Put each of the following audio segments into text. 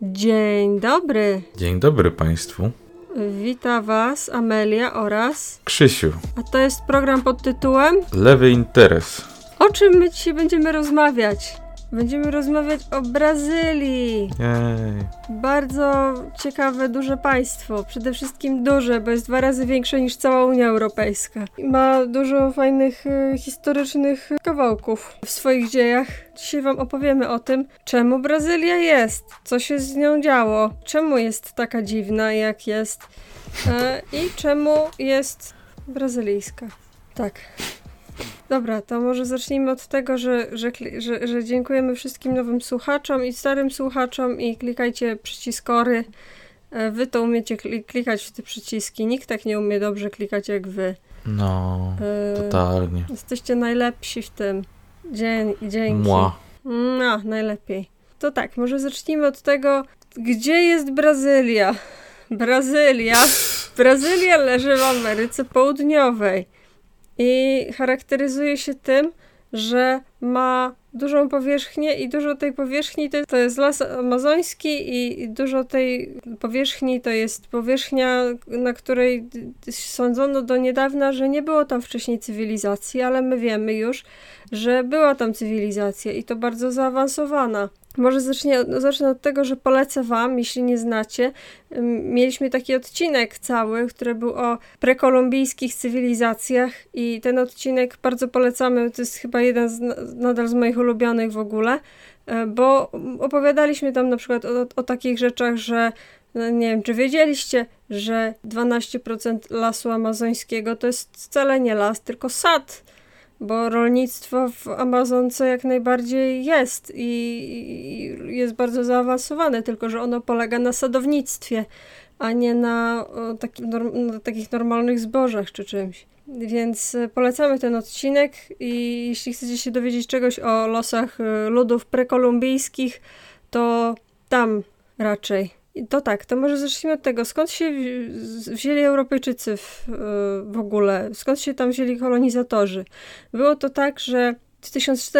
Dzień dobry. Dzień dobry Państwu. Wita Was Amelia oraz Krzysiu. A to jest program pod tytułem Lewy interes. O czym my dzisiaj będziemy rozmawiać? Będziemy rozmawiać o Brazylii. Jej. Bardzo ciekawe, duże państwo. Przede wszystkim duże, bo jest 2 razy większe niż cała Unia Europejska. I ma dużo fajnych, historycznych kawałków w swoich dziejach. Dzisiaj Wam opowiemy o tym, czemu Brazylia jest, co się z nią działo, czemu jest taka dziwna, jak jest i czemu jest brazylijska. Tak. Dobra, to może zacznijmy od tego, że dziękujemy wszystkim nowym słuchaczom i starym słuchaczom i klikajcie przyciskory. Wy to umiecie klikać w te przyciski. Nikt tak nie umie dobrze klikać jak wy. No, totalnie. Jesteście najlepsi w tym. Dzięki. Mła. No, najlepiej. To tak, może zacznijmy od tego, gdzie jest Brazylia? Brazylia leży w Ameryce Południowej. I charakteryzuje się tym, że ma dużą powierzchnię i dużo tej powierzchni to jest las amazoński i dużo tej powierzchni to jest powierzchnia, na której sądzono do niedawna, że nie było tam wcześniej cywilizacji, ale my wiemy już, że była tam cywilizacja i to bardzo zaawansowana. Może zacznę od tego, że polecę Wam, jeśli nie znacie. Mieliśmy taki odcinek cały, który był o prekolumbijskich cywilizacjach i ten odcinek bardzo polecamy. To jest chyba jeden nadal z moich ulubionych w ogóle, bo opowiadaliśmy tam na przykład o takich rzeczach, że nie wiem, czy wiedzieliście, że 12% lasu amazońskiego to jest wcale nie las, tylko sad. Bo rolnictwo w Amazonce jak najbardziej jest i jest bardzo zaawansowane, tylko że ono polega na sadownictwie, a nie na takich normalnych zbożach czy czymś. Więc polecamy ten odcinek i jeśli chcecie się dowiedzieć czegoś o losach ludów prekolumbijskich, to tam raczej. To tak, to może zacznijmy od tego, skąd się wzięli Europejczycy w ogóle, skąd się tam wzięli kolonizatorzy. Było to tak, że w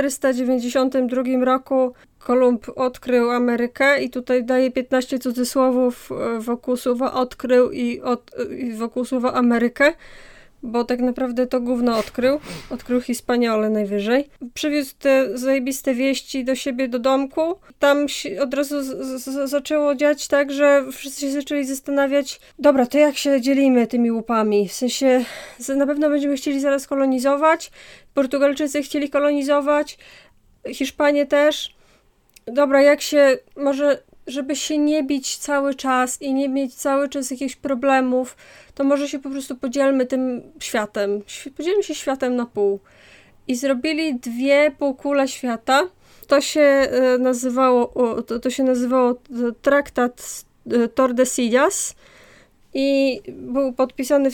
1492 roku Kolumb odkrył Amerykę i tutaj daje 15 cudzysłowów wokół słowa odkrył i wokół słowa Amerykę, bo tak naprawdę to gówno odkrył Hispaniole najwyżej. Przywiózł te zajebiste wieści do siebie do domku. Tam się od razu zaczęło dziać tak, że wszyscy się zaczęli zastanawiać, dobra, to jak się dzielimy tymi łupami? W sensie, na pewno będziemy chcieli zaraz kolonizować, Portugalczycy chcieli kolonizować, Hiszpanie też. Dobra, jak się może... żeby się nie bić cały czas i nie mieć cały czas jakichś problemów, to może się po prostu podzielmy tym światem. Podzielmy się światem na pół. I zrobili 2 półkule świata. To się nazywało traktat Tordesillas i był podpisany w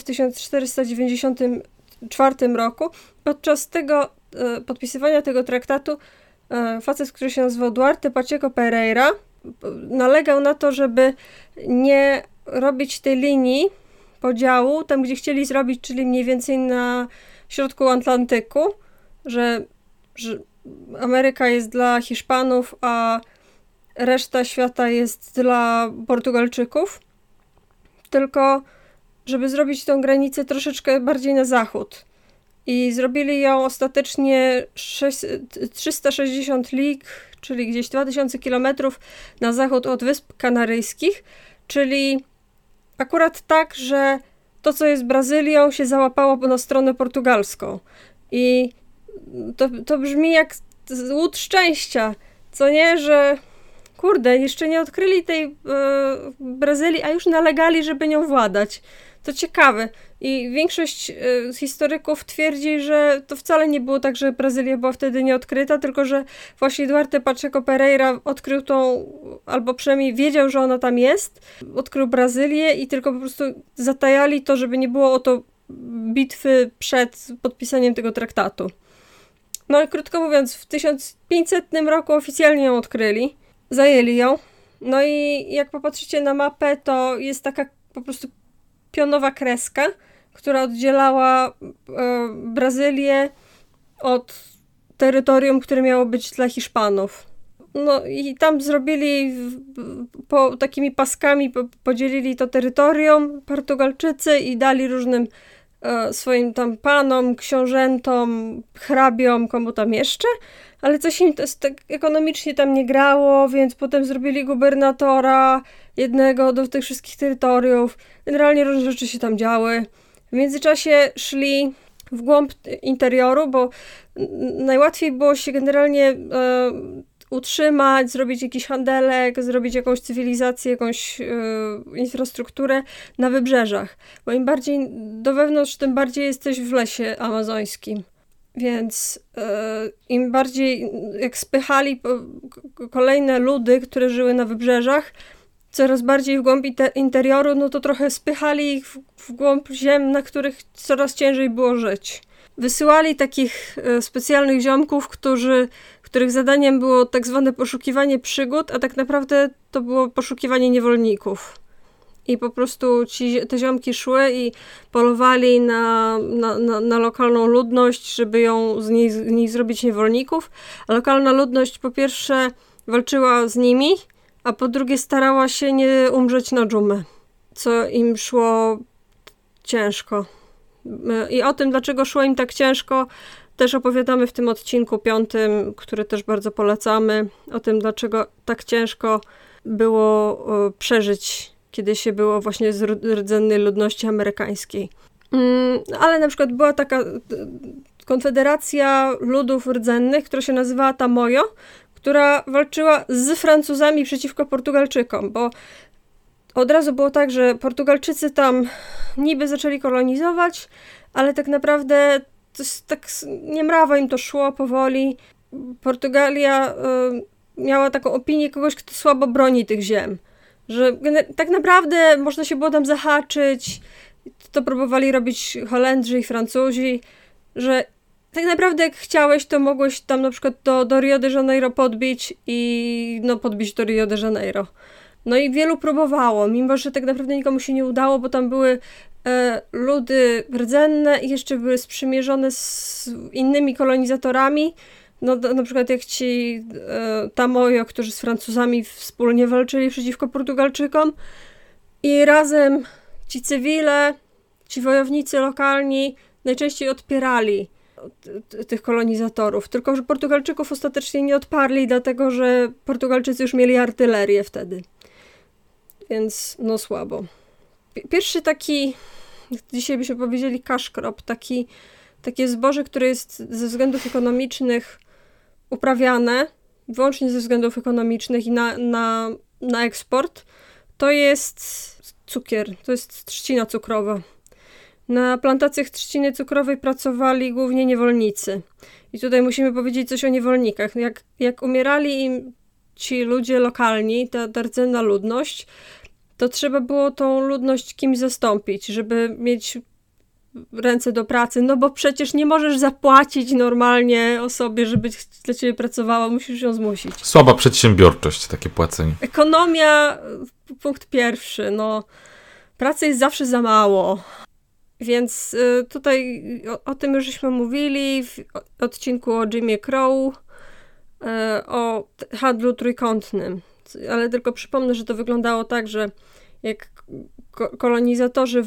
1494 roku. Podczas tego podpisywania tego traktatu facet, który się nazywał Duarte Pacheco Pereira, nalegał na to, żeby nie robić tej linii podziału tam, gdzie chcieli zrobić, czyli mniej więcej na środku Atlantyku, że Ameryka jest dla Hiszpanów, a reszta świata jest dla Portugalczyków, tylko żeby zrobić tą granicę troszeczkę bardziej na zachód. I zrobili ją ostatecznie 360 lig, czyli gdzieś 2000 kilometrów na zachód od Wysp Kanaryjskich, czyli akurat tak, że to, co jest Brazylią, się załapało na stronę portugalską. I to brzmi jak łód szczęścia, co nie, że kurde, jeszcze nie odkryli tej Brazylii, a już nalegali, żeby nią władać. To ciekawe. I większość historyków twierdzi, że to wcale nie było tak, że Brazylia była wtedy nieodkryta, tylko że właśnie Duarte Pacheco Pereira odkrył tą, albo przynajmniej wiedział, że ona tam jest, odkrył Brazylię i tylko po prostu zatajali to, żeby nie było o to bitwy przed podpisaniem tego traktatu. No i krótko mówiąc, w 1500 roku oficjalnie ją odkryli, zajęli ją. No i jak popatrzycie na mapę, to jest taka po prostu pionowa kreska, która oddzielała Brazylię od terytorium, które miało być dla Hiszpanów. No i tam zrobili takimi paskami, podzielili to terytorium Portugalczycy i dali różnym swoim tam panom, książętom, hrabiom, komu tam jeszcze, ale coś im tak ekonomicznie tam nie grało, więc potem zrobili gubernatora jednego do tych wszystkich terytoriów. Generalnie różne rzeczy się tam działy. W międzyczasie szli w głąb interioru, bo najłatwiej było się generalnie utrzymać, zrobić jakiś handelek, zrobić jakąś cywilizację, jakąś infrastrukturę na wybrzeżach. Bo im bardziej do wewnątrz, tym bardziej jesteś w lesie amazońskim. Więc im bardziej, jak spychali kolejne ludy, które żyły na wybrzeżach, coraz bardziej w głąb interioru, no to trochę spychali ich w głąb ziem, na których coraz ciężej było żyć. Wysyłali takich specjalnych ziomków, których zadaniem było tak zwane poszukiwanie przygód, a tak naprawdę to było poszukiwanie niewolników. I po prostu te ziomki szły i polowali na lokalną ludność, żeby z nich zrobić niewolników. A lokalna ludność po pierwsze walczyła z nimi, a po drugie starała się nie umrzeć na dżumę, co im szło ciężko. I o tym, dlaczego szło im tak ciężko, też opowiadamy w tym odcinku 5, który też bardzo polecamy. O tym, dlaczego tak ciężko było przeżyć, kiedy się było właśnie z rdzennej ludności amerykańskiej. Ale na przykład była taka konfederacja ludów rdzennych, która się nazywała Tamojo, która walczyła z Francuzami przeciwko Portugalczykom, bo od razu było tak, że Portugalczycy tam niby zaczęli kolonizować, ale tak naprawdę to tak niemrawo im to szło powoli. Portugalia miała taką opinię kogoś, kto słabo broni tych ziem, że tak naprawdę można się było tam zahaczyć. To próbowali robić Holendrzy i Francuzi, że tak naprawdę jak chciałeś, to mogłeś tam na przykład do Rio de Janeiro podbić i podbić do Rio de Janeiro. No i wielu próbowało, mimo że tak naprawdę nikomu się nie udało, bo tam były ludy rdzenne i jeszcze były sprzymierzone z innymi kolonizatorami. No na przykład jak ci Tamojo, którzy z Francuzami wspólnie walczyli przeciwko Portugalczykom i razem ci cywile, ci wojownicy lokalni najczęściej odpierali tych kolonizatorów. Tylko że Portugalczyków ostatecznie nie odparli, dlatego że Portugalczycy już mieli artylerię wtedy. Więc słabo. Pierwszy taki, dzisiaj byśmy powiedzieli cash crop, takie zboże, które jest ze względów ekonomicznych uprawiane, wyłącznie ze względów ekonomicznych i na eksport, to jest cukier, to jest trzcina cukrowa. Na plantacjach trzciny cukrowej pracowali głównie niewolnicy. I tutaj musimy powiedzieć coś o niewolnikach. Jak umierali im ci ludzie lokalni, ta rdzenna ludność, to trzeba było tą ludność kimś zastąpić, żeby mieć ręce do pracy, no bo przecież nie możesz zapłacić normalnie osobie, żeby dla ciebie pracowała, musisz ją zmusić. Słaba przedsiębiorczość, takie płacenie. Ekonomia, punkt pierwszy, pracy jest zawsze za mało. Więc tutaj o tym już żeśmy mówili w odcinku o Jimie Crow, o handlu trójkątnym. Ale tylko przypomnę, że to wyglądało tak, że jak kolonizatorzy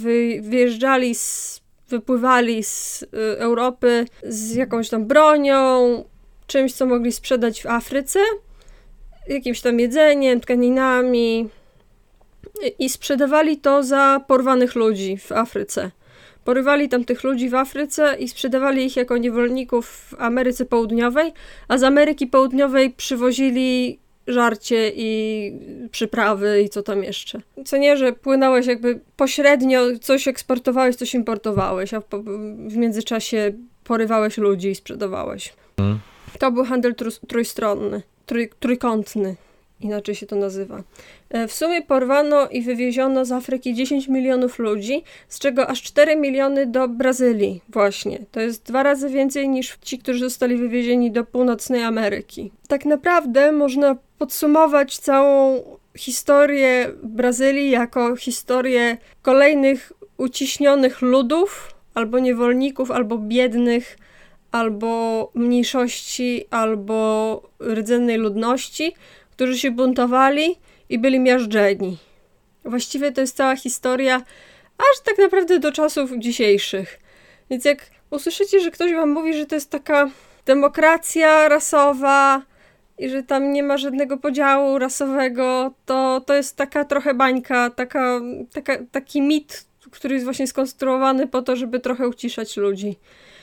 wypływali z Europy z jakąś tam bronią, czymś, co mogli sprzedać w Afryce, jakimś tam jedzeniem, tkaninami i sprzedawali to za porwanych ludzi w Afryce. Porywali tam tych ludzi w Afryce i sprzedawali ich jako niewolników w Ameryce Południowej, a z Ameryki Południowej przywozili żarcie i przyprawy i co tam jeszcze. Co nie, że płynąłeś jakby pośrednio, coś eksportowałeś, coś importowałeś, a w międzyczasie porywałeś ludzi i sprzedawałeś. To był handel trójstronny, trójkątny. Inaczej się to nazywa. W sumie porwano i wywieziono z Afryki 10 milionów ludzi, z czego aż 4 miliony do Brazylii właśnie. To jest 2 razy więcej niż ci, którzy zostali wywiezieni do północnej Ameryki. Tak naprawdę można podsumować całą historię Brazylii jako historię kolejnych uciśnionych ludów, albo niewolników, albo biednych albo mniejszości, albo rdzennej ludności, którzy się buntowali i byli miażdżeni. Właściwie to jest cała historia, aż tak naprawdę do czasów dzisiejszych. Więc jak usłyszycie, że ktoś wam mówi, że to jest taka demokracja rasowa i że tam nie ma żadnego podziału rasowego, to jest taka trochę bańka, taki mit, który jest właśnie skonstruowany po to, żeby trochę uciszać ludzi.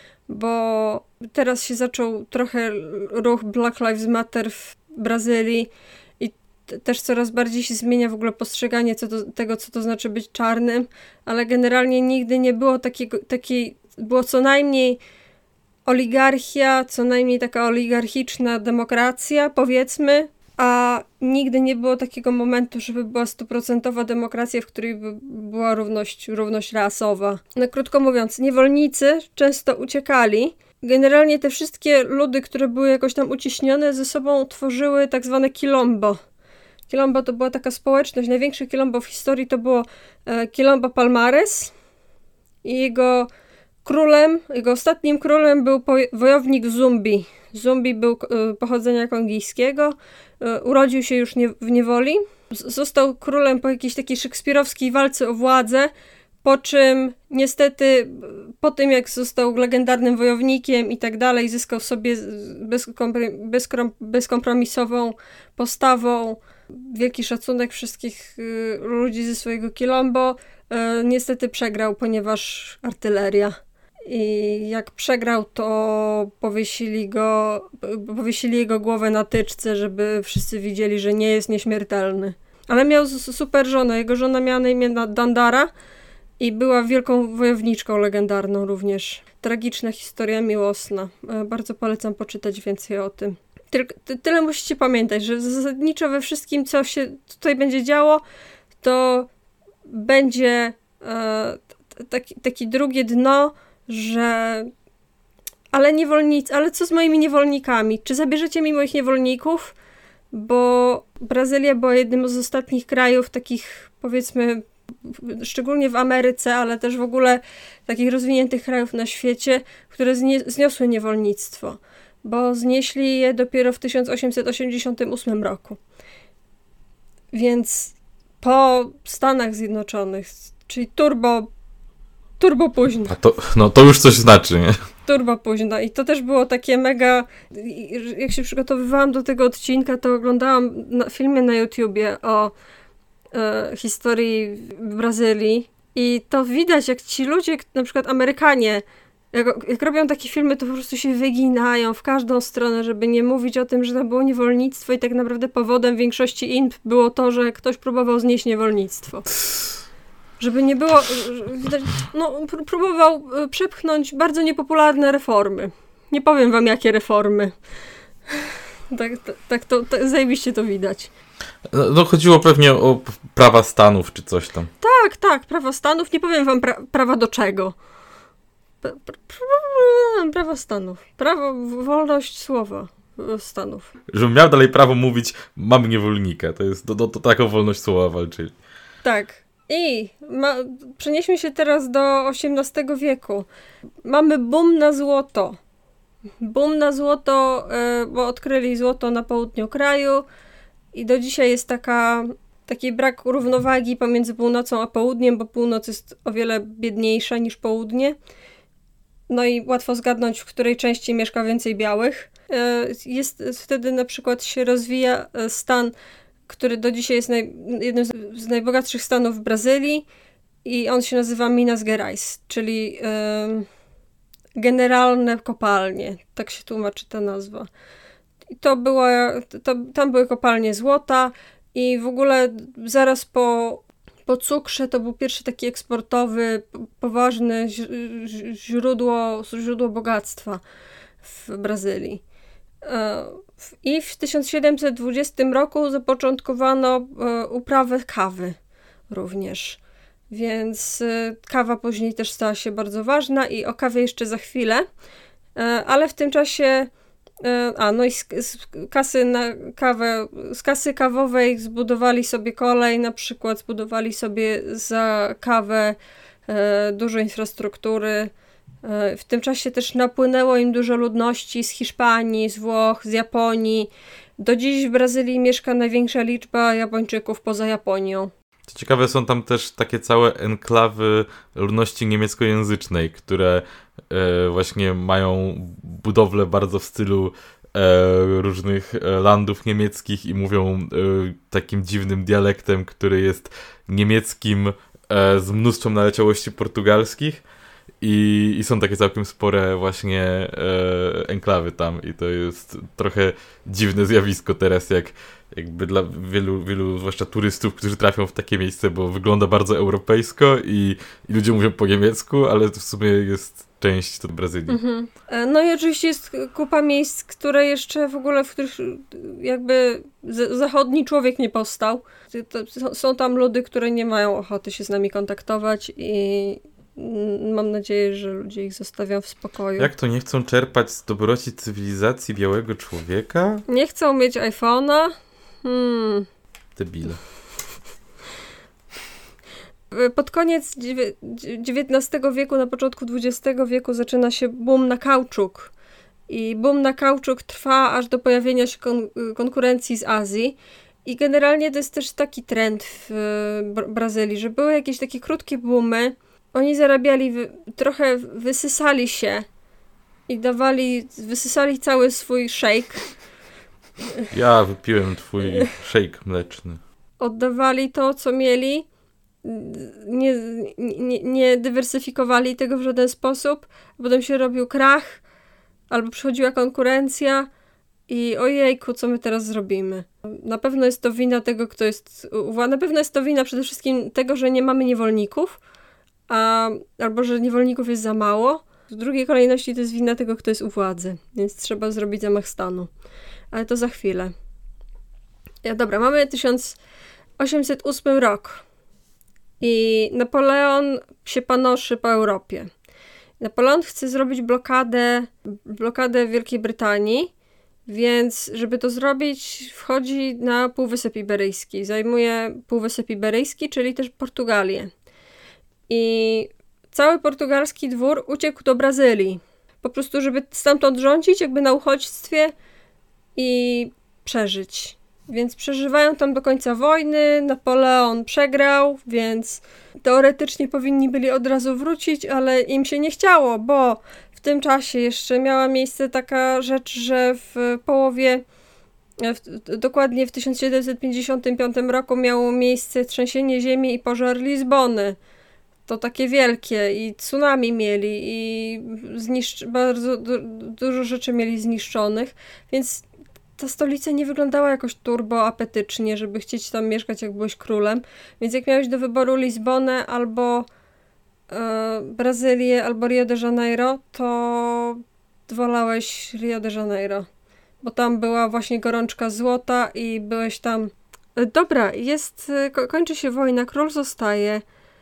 Bo teraz się zaczął trochę ruch Black Lives Matter w Brazylii i też coraz bardziej się zmienia w ogóle postrzeganie tego, co to znaczy być czarnym, ale generalnie nigdy nie było było co najmniej oligarchia, co najmniej taka oligarchiczna demokracja, powiedzmy, a nigdy nie było takiego momentu, żeby była 100% demokracja, w której by była równość rasowa. No krótko mówiąc, niewolnicy często uciekali. Generalnie te wszystkie ludy, które były jakoś tam uciśnione, ze sobą tworzyły tak zwane quilombo. Quilombo to była taka społeczność, największe quilombo w historii to było Quilombo Palmares i jego ostatnim królem był wojownik Zumbi. Zumbi był pochodzenia kongijskiego, urodził się już w niewoli, został królem po jakiejś takiej szekspirowskiej walce o władzę, po czym niestety po tym jak został legendarnym wojownikiem i tak dalej, zyskał sobie bezkompromisową postawą wielki szacunek wszystkich ludzi ze swojego Quilombo, niestety przegrał, ponieważ artyleria. I jak przegrał, to powiesili jego głowę na tyczce, żeby wszyscy widzieli, że nie jest nieśmiertelny. Ale miał super żonę. Jego żona miała na imię Dandara i była wielką wojowniczką legendarną również. Tragiczna historia miłosna. Bardzo polecam poczytać więcej o tym. Tyle musicie pamiętać, że zasadniczo we wszystkim, co się tutaj będzie działo, to będzie takie drugie dno, że ale co z moimi niewolnikami? Czy zabierzecie mi moich niewolników? Bo Brazylia była jednym z ostatnich krajów takich, powiedzmy, szczególnie w Ameryce, ale też w ogóle takich rozwiniętych krajów na świecie, które zniosły niewolnictwo, bo znieśli je dopiero w 1888 roku. Więc po Stanach Zjednoczonych, czyli turbo późno. To już coś znaczy, nie? Turbo późno. I to też było takie mega... Jak się przygotowywałam do tego odcinka, to oglądałam filmy na YouTubie o historii Brazylii i to widać, jak ci ludzie, na przykład Amerykanie, jak robią takie filmy, to po prostu się wyginają w każdą stronę, żeby nie mówić o tym, że tam było niewolnictwo i tak naprawdę powodem większości imp było to, że ktoś próbował znieść niewolnictwo. Żeby nie było... próbował przepchnąć bardzo niepopularne reformy. Nie powiem wam, jakie reformy. Tak zajebiście to widać. No chodziło pewnie o prawa stanów, czy coś tam. Tak, prawa stanów. Nie powiem wam prawa do czego. Prawa stanów. Wolność słowa stanów. Żebym miał dalej prawo mówić, mam niewolnika. To jest to taką wolność słowa walczyli. Tak. I przenieśmy się teraz do XVIII wieku. Mamy boom na złoto. Bo odkryli złoto na południu kraju i do dzisiaj jest taki brak równowagi pomiędzy północą a południem, bo północ jest o wiele biedniejsza niż południe. No i łatwo zgadnąć, w której części mieszka więcej białych. Wtedy na przykład się rozwija stan, który do dzisiaj jest jednym z najbogatszych stanów w Brazylii i on się nazywa Minas Gerais, czyli generalne kopalnie, tak się tłumaczy ta nazwa. I tam były kopalnie złota i w ogóle zaraz po cukrze to był pierwszy taki eksportowy, poważny źródło bogactwa w Brazylii. I w 1720 roku zapoczątkowano uprawę kawy również. Więc kawa później też stała się bardzo ważna i o kawie jeszcze za chwilę. Ale w tym czasie i z kasy kawowej zbudowali sobie kolej, na przykład zbudowali sobie za kawę dużo infrastruktury W tym czasie też napłynęło im dużo ludności z Hiszpanii, z Włoch, z Japonii. Do dziś w Brazylii mieszka największa liczba Japończyków poza Japonią. Co ciekawe, są tam też takie całe enklawy ludności niemieckojęzycznej, które właśnie mają budowlę bardzo w stylu różnych landów niemieckich i mówią takim dziwnym dialektem, który jest niemieckim z mnóstwem naleciałości portugalskich. I są takie całkiem spore właśnie enklawy tam i to jest trochę dziwne zjawisko teraz, jakby dla wielu zwłaszcza turystów, którzy trafią w takie miejsce, bo wygląda bardzo europejsko i ludzie mówią po niemiecku, ale to w sumie jest część to Brazylii. Mhm. No i oczywiście jest kupa miejsc, które jeszcze w ogóle, w których jakby zachodni człowiek nie powstał. Są tam ludy, które nie mają ochoty się z nami kontaktować i mam nadzieję, że ludzie ich zostawią w spokoju. Jak to nie chcą czerpać z dobroci cywilizacji białego człowieka? Nie chcą mieć iPhone'a? Debile. Pod koniec XIX wieku, na początku XX wieku zaczyna się boom na kauczuk. I boom na kauczuk trwa aż do pojawienia się konkurencji z Azji. I generalnie to jest też taki trend w Brazylii, że były jakieś takie krótkie boomy. Oni zarabiali, trochę wysysali się i wysysali cały swój shake. Ja wypiłem twój shake mleczny. Oddawali to, co mieli. Nie dywersyfikowali tego w żaden sposób. Potem się robił krach, albo przychodziła konkurencja i ojejku, co my teraz zrobimy? Na pewno jest to wina tego, kto jest... Na pewno jest to wina przede wszystkim tego, że nie mamy niewolników, albo że niewolników jest za mało. W drugiej kolejności to jest wina tego, kto jest u władzy, więc trzeba zrobić zamach stanu. Ale to za chwilę. Dobra, mamy 1808 rok i Napoleon się panoszy po Europie. Napoleon chce zrobić blokadę Wielkiej Brytanii, więc żeby to zrobić, wchodzi na Półwysep Iberyjski. Zajmuje Półwysep Iberyjski, czyli też Portugalię. I cały portugalski dwór uciekł do Brazylii. Po prostu, żeby stamtąd rządzić, jakby na uchodźstwie i przeżyć. Więc przeżywają tam do końca wojny. Napoleon przegrał, więc teoretycznie powinni byli od razu wrócić, ale im się nie chciało, bo w tym czasie jeszcze miała miejsce taka rzecz, że dokładnie w 1755 roku miało miejsce trzęsienie ziemi i pożar Lizbony. To takie wielkie i tsunami mieli i bardzo dużo rzeczy mieli zniszczonych, więc ta stolica nie wyglądała jakoś turbo apetycznie, żeby chcieć tam mieszkać, jak byłeś królem. Więc jak miałeś do wyboru Lizbonę albo Brazylię, albo Rio de Janeiro, to wolałeś Rio de Janeiro, bo tam była właśnie gorączka złota i byłeś tam... Dobra, kończy się wojna, król zostaje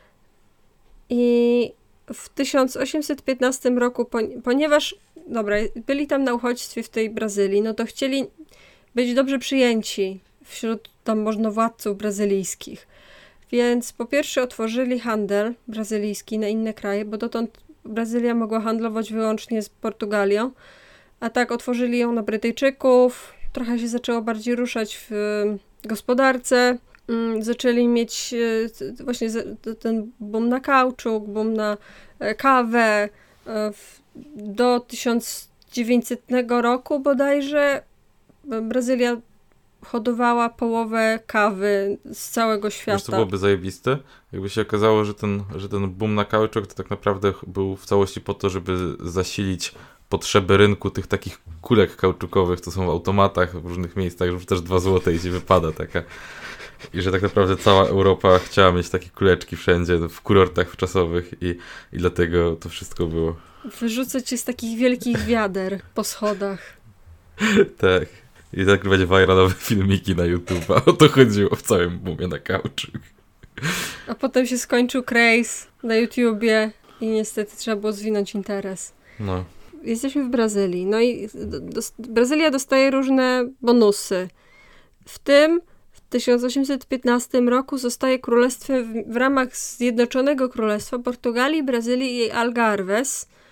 i w 1815 roku, ponieważ byli tam na uchodźstwie w tej Brazylii, no to chcieli być dobrze przyjęci wśród tam możnowładców brazylijskich. Więc po pierwsze otworzyli handel brazylijski na inne kraje, bo dotąd Brazylia mogła handlować wyłącznie z Portugalią, a tak otworzyli ją na Brytyjczyków, trochę się zaczęło bardziej ruszać w gospodarce, zaczęli mieć właśnie ten boom na kauczuk, boom na kawę. Do 1900 roku bodajże Brazylia hodowała połowę kawy z całego świata. Wiesz, to byłoby zajebiste? Jakby się okazało, że ten boom na kauczuk to tak naprawdę był w całości po to, żeby zasilić potrzeby rynku tych takich kulek kauczukowych, co są w automatach w różnych miejscach, że też 2 złote i ci wypada taka. I że tak naprawdę cała Europa chciała mieć takie kuleczki wszędzie, w kurortach wczasowych i dlatego to wszystko było. Wyrzucę cię z takich wielkich wiader po schodach. Tak. I nagrywać viralowe filmiki na YouTube. O to chodziło w całym boomie na kauczuk. A potem się skończył craze na YouTubie i niestety trzeba było zwinąć interes. No. Jesteśmy w Brazylii. No i Brazylia dostaje różne bonusy. W tym w 1815 roku zostaje królestwem w ramach Zjednoczonego Królestwa Portugalii, Brazylii i Algarves.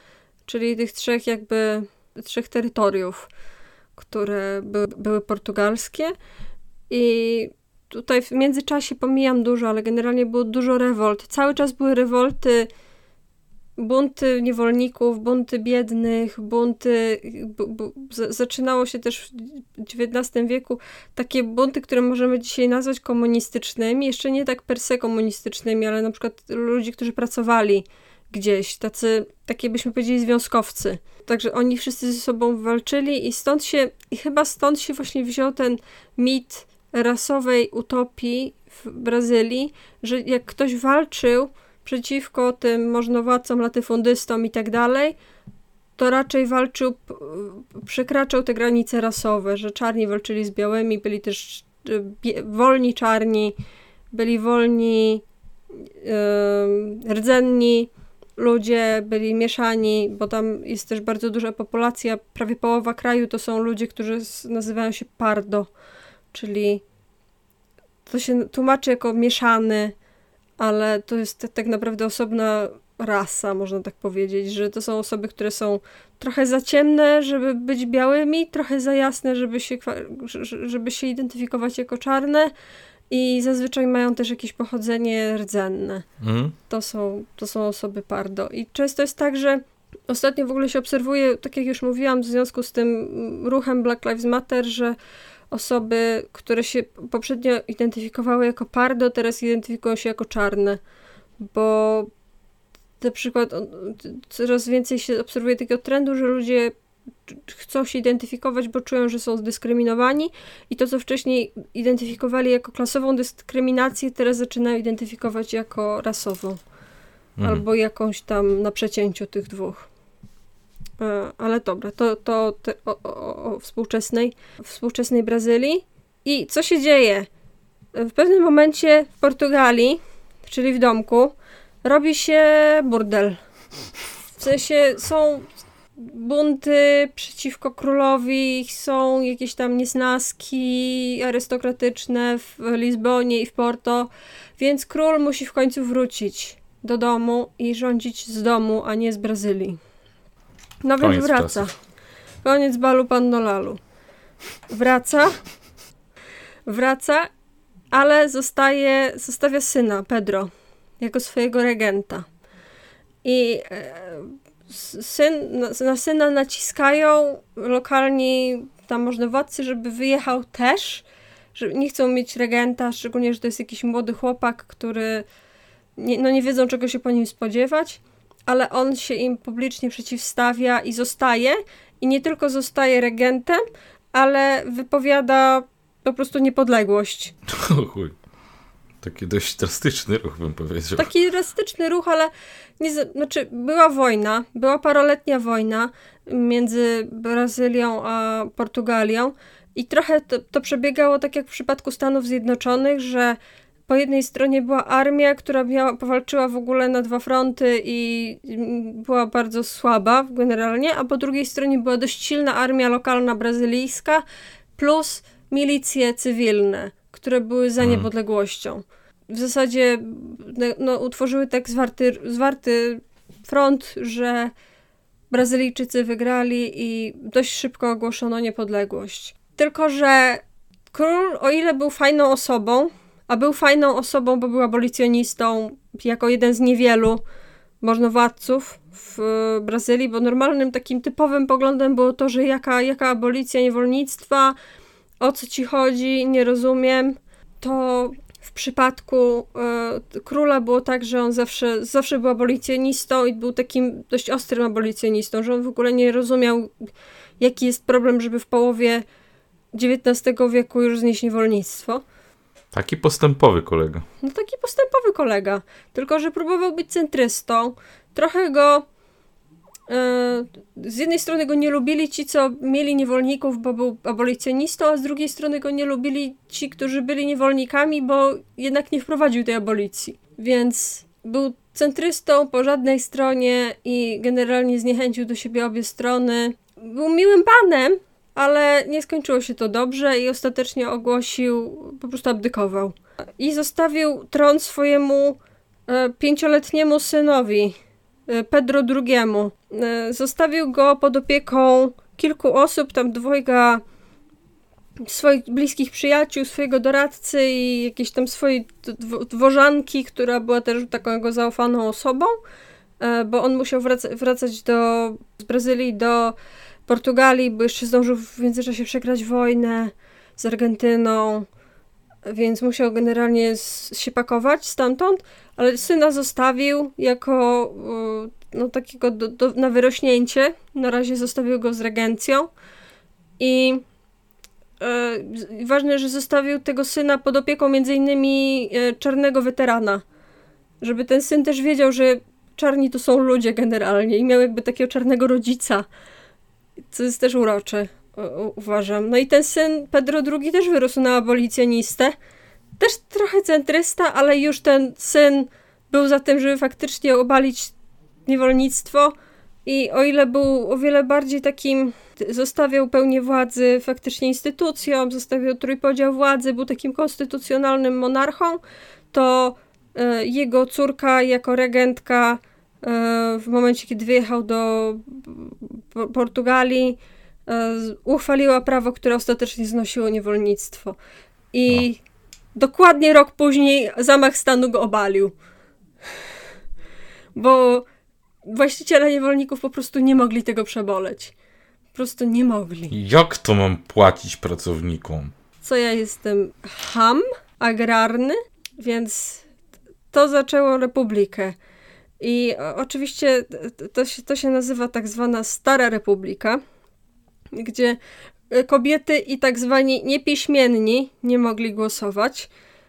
czyli tych trzech terytoriów, które były portugalskie. I tutaj w międzyczasie pomijam dużo, ale generalnie było dużo rewolt. Cały czas były rewolty, bunty niewolników, bunty biednych, bunty... Zaczynało się też w XIX wieku takie bunty, które możemy dzisiaj nazwać komunistycznymi. Jeszcze nie tak per se komunistycznymi, ale na przykład ludzi, którzy pracowali gdzieś. Takie byśmy powiedzieli związkowcy. Także oni wszyscy ze sobą walczyli i chyba stąd się właśnie wziął ten mit rasowej utopii w Brazylii, że jak ktoś walczył przeciwko tym możnowładcom, latyfundystom i tak dalej, to raczej przekraczał te granice rasowe, że czarni walczyli z białymi, byli też wolni czarni, byli wolni rdzenni ludzie, byli mieszani, bo tam jest też bardzo duża populacja, prawie połowa kraju to są ludzie, którzy nazywają się pardo, czyli to się tłumaczy jako mieszany, ale to jest tak naprawdę osobna rasa, można tak powiedzieć, że to są osoby, które są trochę za ciemne, żeby być białymi, trochę za jasne, żeby się identyfikować jako czarne i zazwyczaj mają też jakieś pochodzenie rdzenne. To są osoby pardo. I często jest tak, że ostatnio w ogóle się obserwuje, tak jak już mówiłam, w związku z tym ruchem Black Lives Matter, że osoby, które się poprzednio identyfikowały jako pardo, teraz identyfikują się jako czarne, bo na przykład coraz więcej się obserwuje takiego trendu, że ludzie chcą się identyfikować, bo czują, że są zdyskryminowani i to, co wcześniej identyfikowali jako klasową dyskryminację, teraz zaczynają identyfikować jako rasową. Albo jakąś tam na przecięciu tych dwóch. Ale dobra, to o współczesnej Brazylii. I co się dzieje? W pewnym momencie w Portugalii, czyli w domku, robi się burdel. W sensie są bunty przeciwko królowi, są jakieś tam niesnaski arystokratyczne w Lizbonie i w Porto, więc król musi w końcu wrócić do domu i rządzić z domu, a nie z Brazylii. No więc wraca. Czasów. Koniec balu Pandolalu. Wraca, ale zostawia syna, Pedro, jako swojego regenta. I na syna naciskają lokalni tam możnowładcy, żeby wyjechał też, że nie chcą mieć regenta, szczególnie, że to jest jakiś młody chłopak, który nie wiedzą, czego się po nim spodziewać, ale on się im publicznie przeciwstawia i zostaje. I nie tylko zostaje regentem, ale wypowiada po prostu niepodległość. Chuj. Taki dość drastyczny ruch, bym powiedział. Taki drastyczny ruch, ale była paroletnia wojna między Brazylią a Portugalią i trochę to przebiegało tak jak w przypadku Stanów Zjednoczonych, że po jednej stronie była armia, która powalczyła w ogóle na 2 fronty i była bardzo słaba generalnie, a po drugiej stronie była dość silna armia lokalna brazylijska plus milicje cywilne, które były za niepodległością. W zasadzie utworzyły tak zwarty front, że Brazylijczycy wygrali i dość szybko ogłoszono niepodległość. Tylko że król, o ile był fajną osobą, a był fajną osobą, bo był abolicjonistą, jako jeden z niewielu możnowładców w Brazylii, bo normalnym takim typowym poglądem było to, że jaka abolicja niewolnictwa, o co ci chodzi, nie rozumiem. To w przypadku króla było tak, że on zawsze był abolicjonistą i był takim dość ostrym abolicjonistą, że on w ogóle nie rozumiał, jaki jest problem, żeby w połowie XIX wieku już znieść niewolnictwo. Taki postępowy kolega. No taki postępowy kolega, tylko że próbował być centrystą. Trochę go z jednej strony go nie lubili ci, co mieli niewolników, bo był abolicjonistą, a z drugiej strony go nie lubili ci, którzy byli niewolnikami, bo jednak nie wprowadził tej abolicji. Więc był centrystą po żadnej stronie i generalnie zniechęcił do siebie obie strony. Był miłym panem, ale nie skończyło się to dobrze i ostatecznie po prostu abdykował. I zostawił tron swojemu 5-letniemu synowi, Pedro II. Zostawił go pod opieką kilku osób, tam 2 swoich bliskich przyjaciół, swojego doradcy i jakiejś tam swojej dworzanki, która była też taką jego zaufaną osobą, bo on musiał wracać z Brazylii do Portugalii, bo jeszcze zdążył w międzyczasie przegrać wojnę z Argentyną, więc musiał generalnie się pakować stamtąd, ale syna zostawił jako takiego na wyrośnięcie. Na razie zostawił go z regencją i ważne, że zostawił tego syna pod opieką między innymi czarnego weterana, żeby ten syn też wiedział, że czarni to są ludzie generalnie i miał jakby takiego czarnego rodzica, co jest też urocze, uważam. No i ten syn, Pedro II, też wyrósł na abolicjonistę, też trochę centrysta, ale już ten syn był za tym, żeby faktycznie obalić niewolnictwo i o ile był o wiele bardziej takim, zostawiał pełnię władzy faktycznie instytucjom, zostawiał trójpodział władzy, był takim konstytucjonalnym monarchą, to jego córka jako regentka w momencie, kiedy wyjechał do Portugalii, uchwaliła prawo, które ostatecznie znosiło niewolnictwo. I dokładnie rok później zamach stanu go obalił. Bo właściciele niewolników po prostu nie mogli tego przeboleć. Po prostu nie mogli. Jak to mam płacić pracownikom? Co ja jestem cham agrarny, więc to zaczęło republikę. I oczywiście to się nazywa tak zwana Stara Republika, gdzie kobiety i tak zwani niepiśmienni nie mogli głosować.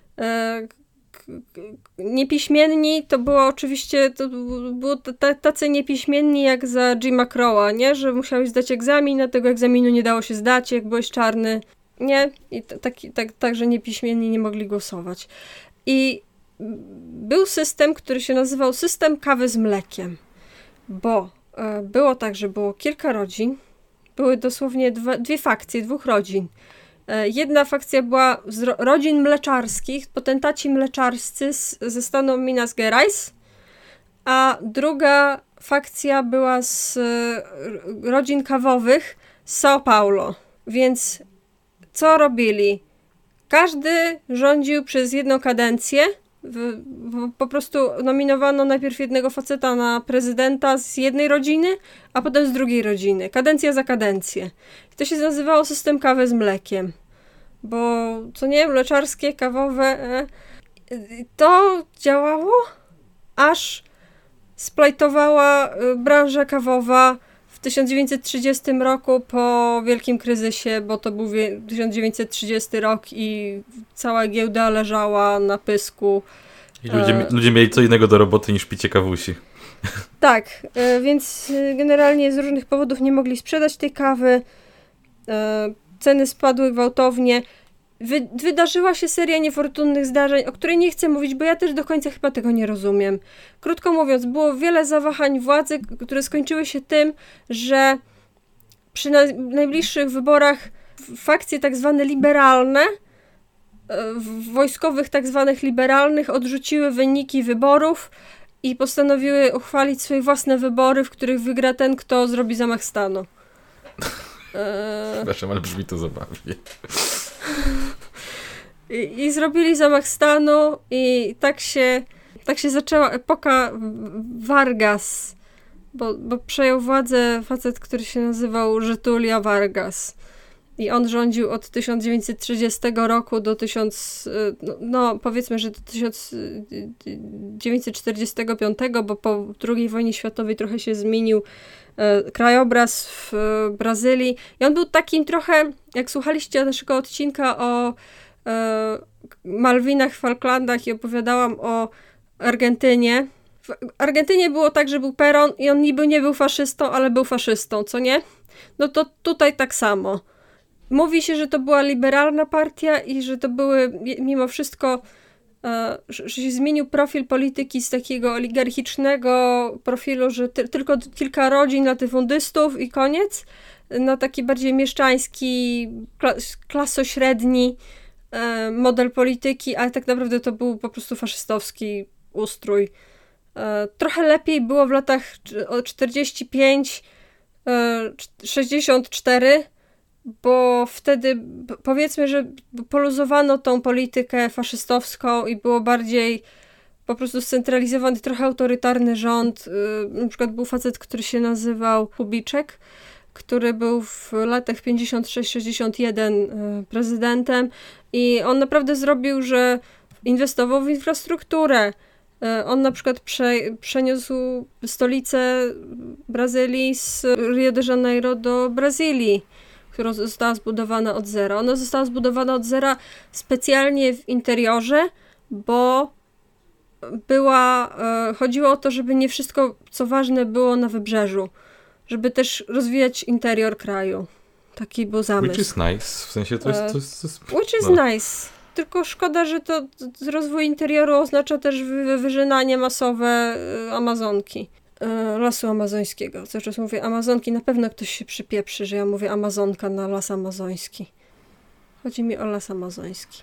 Niepiśmienni to było oczywiście, tacy niepiśmienni jak za Jima Crowa, nie? Że musiałeś zdać egzamin, a tego egzaminu nie dało się zdać, jak byłeś czarny, nie? I także niepiśmienni nie mogli głosować. I był system, który się nazywał system kawy z mlekiem, bo było tak, że było kilka rodzin, były dosłownie dwie fakcje, 2 rodzin. Jedna fakcja była z rodzin mleczarskich, potentaci mleczarscy ze stanu Minas Gerais, a druga fakcja była z rodzin kawowych z São Paulo. Więc co robili? Każdy rządził przez 1 kadencję. Po prostu nominowano najpierw jednego faceta na prezydenta z jednej rodziny, a potem z drugiej rodziny. Kadencja za kadencję. I to się nazywało system kawy z mlekiem. Bo, co nie, mleczarskie, kawowe, to działało, aż splajtowała branża kawowa w 1930 roku po wielkim kryzysie, bo to był 1930 rok i cała giełda leżała na pysku. I ludzie mieli co innego do roboty niż picie kawusi. Tak, więc generalnie z różnych powodów nie mogli sprzedać tej kawy. Ceny spadły gwałtownie. Wydarzyła się seria niefortunnych zdarzeń, o której nie chcę mówić, bo ja też do końca chyba tego nie rozumiem. Krótko mówiąc, było wiele zawahań władzy, które skończyły się tym, że przy najbliższych wyborach fakcje tak zwane liberalne, wojskowych tak zwanych liberalnych odrzuciły wyniki wyborów i postanowiły uchwalić swoje własne wybory, w których wygra ten, kto zrobi zamach stanu. Przepraszam, ale brzmi to zabawnie. I zrobili zamach stanu i tak się zaczęła epoka Vargas, bo przejął władzę facet, który się nazywał Getúlio Vargas. I on rządził od 1930 roku do powiedzmy, że do 1945, bo po II wojnie światowej trochę się zmienił krajobraz w Brazylii. I on był takim trochę, jak słuchaliście naszego odcinka o Malwinach, Falklandach i opowiadałam o Argentynie. W Argentynie było tak, że był Perón i on niby nie był faszystą, ale był faszystą, co nie? No to tutaj tak samo. Mówi się, że to była liberalna partia i że to były mimo wszystko, że się zmienił profil polityki z takiego oligarchicznego profilu, że tylko kilka rodzin latyfundystów i koniec, na taki bardziej mieszczański, klasośredni model polityki, ale tak naprawdę to był po prostu faszystowski ustrój. Trochę lepiej było w latach 45-64, bo wtedy powiedzmy, że poluzowano tą politykę faszystowską i było bardziej po prostu scentralizowany, trochę autorytarny rząd. Na przykład był facet, który się nazywał Kubitschek, który był w latach 56-61 prezydentem i on naprawdę zrobił, że inwestował w infrastrukturę. On na przykład przeniósł stolicę Brazylii z Rio de Janeiro do Brazylii, która została zbudowana od zera. Ona została zbudowana od zera specjalnie w interiorze, bo chodziło o to, żeby nie wszystko, co ważne, było na wybrzeżu. Żeby też rozwijać interior kraju. Taki był zamysł. Which is nice. W sensie to jest... Which is nice. Tylko szkoda, że to rozwój interioru oznacza też wyrzynanie masowe Amazonki. Lasu amazońskiego. Cały czas mówię Amazonki. Na pewno ktoś się przypieprzy, że ja mówię Amazonka na las amazoński. Chodzi mi o las amazoński.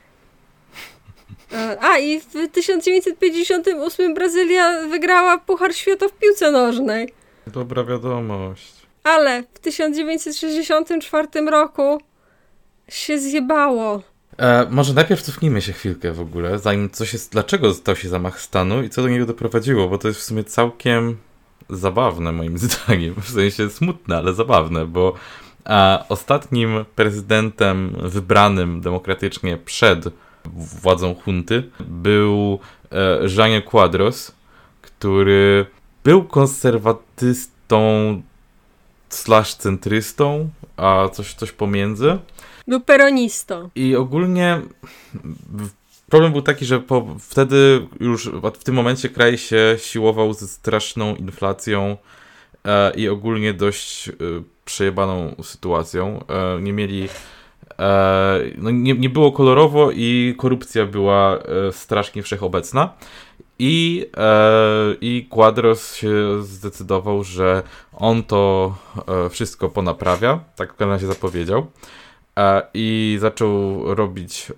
I w 1958 Brazylia wygrała Puchar Świata w piłce nożnej. Dobra wiadomość. Ale w 1964 roku się zjebało. Może najpierw cofnijmy się chwilkę w ogóle, zanim dlaczego stał się zamach stanu i co do niego doprowadziło, bo to jest w sumie całkiem zabawne moim zdaniem, w sensie smutne, ale zabawne, bo ostatnim prezydentem wybranym demokratycznie przed władzą junty był Jânio Quadros, który był konserwatystą / centrystą, a coś pomiędzy. Był peronistą. I ogólnie problem był taki, że wtedy już w tym momencie kraj się siłował ze straszną inflacją i ogólnie dość przejebaną sytuacją. Nie mieli... nie było kolorowo i korupcja była strasznie wszechobecna. I Quadros się zdecydował, że on to wszystko ponaprawia, tak w razie zapowiedział. I zaczął robić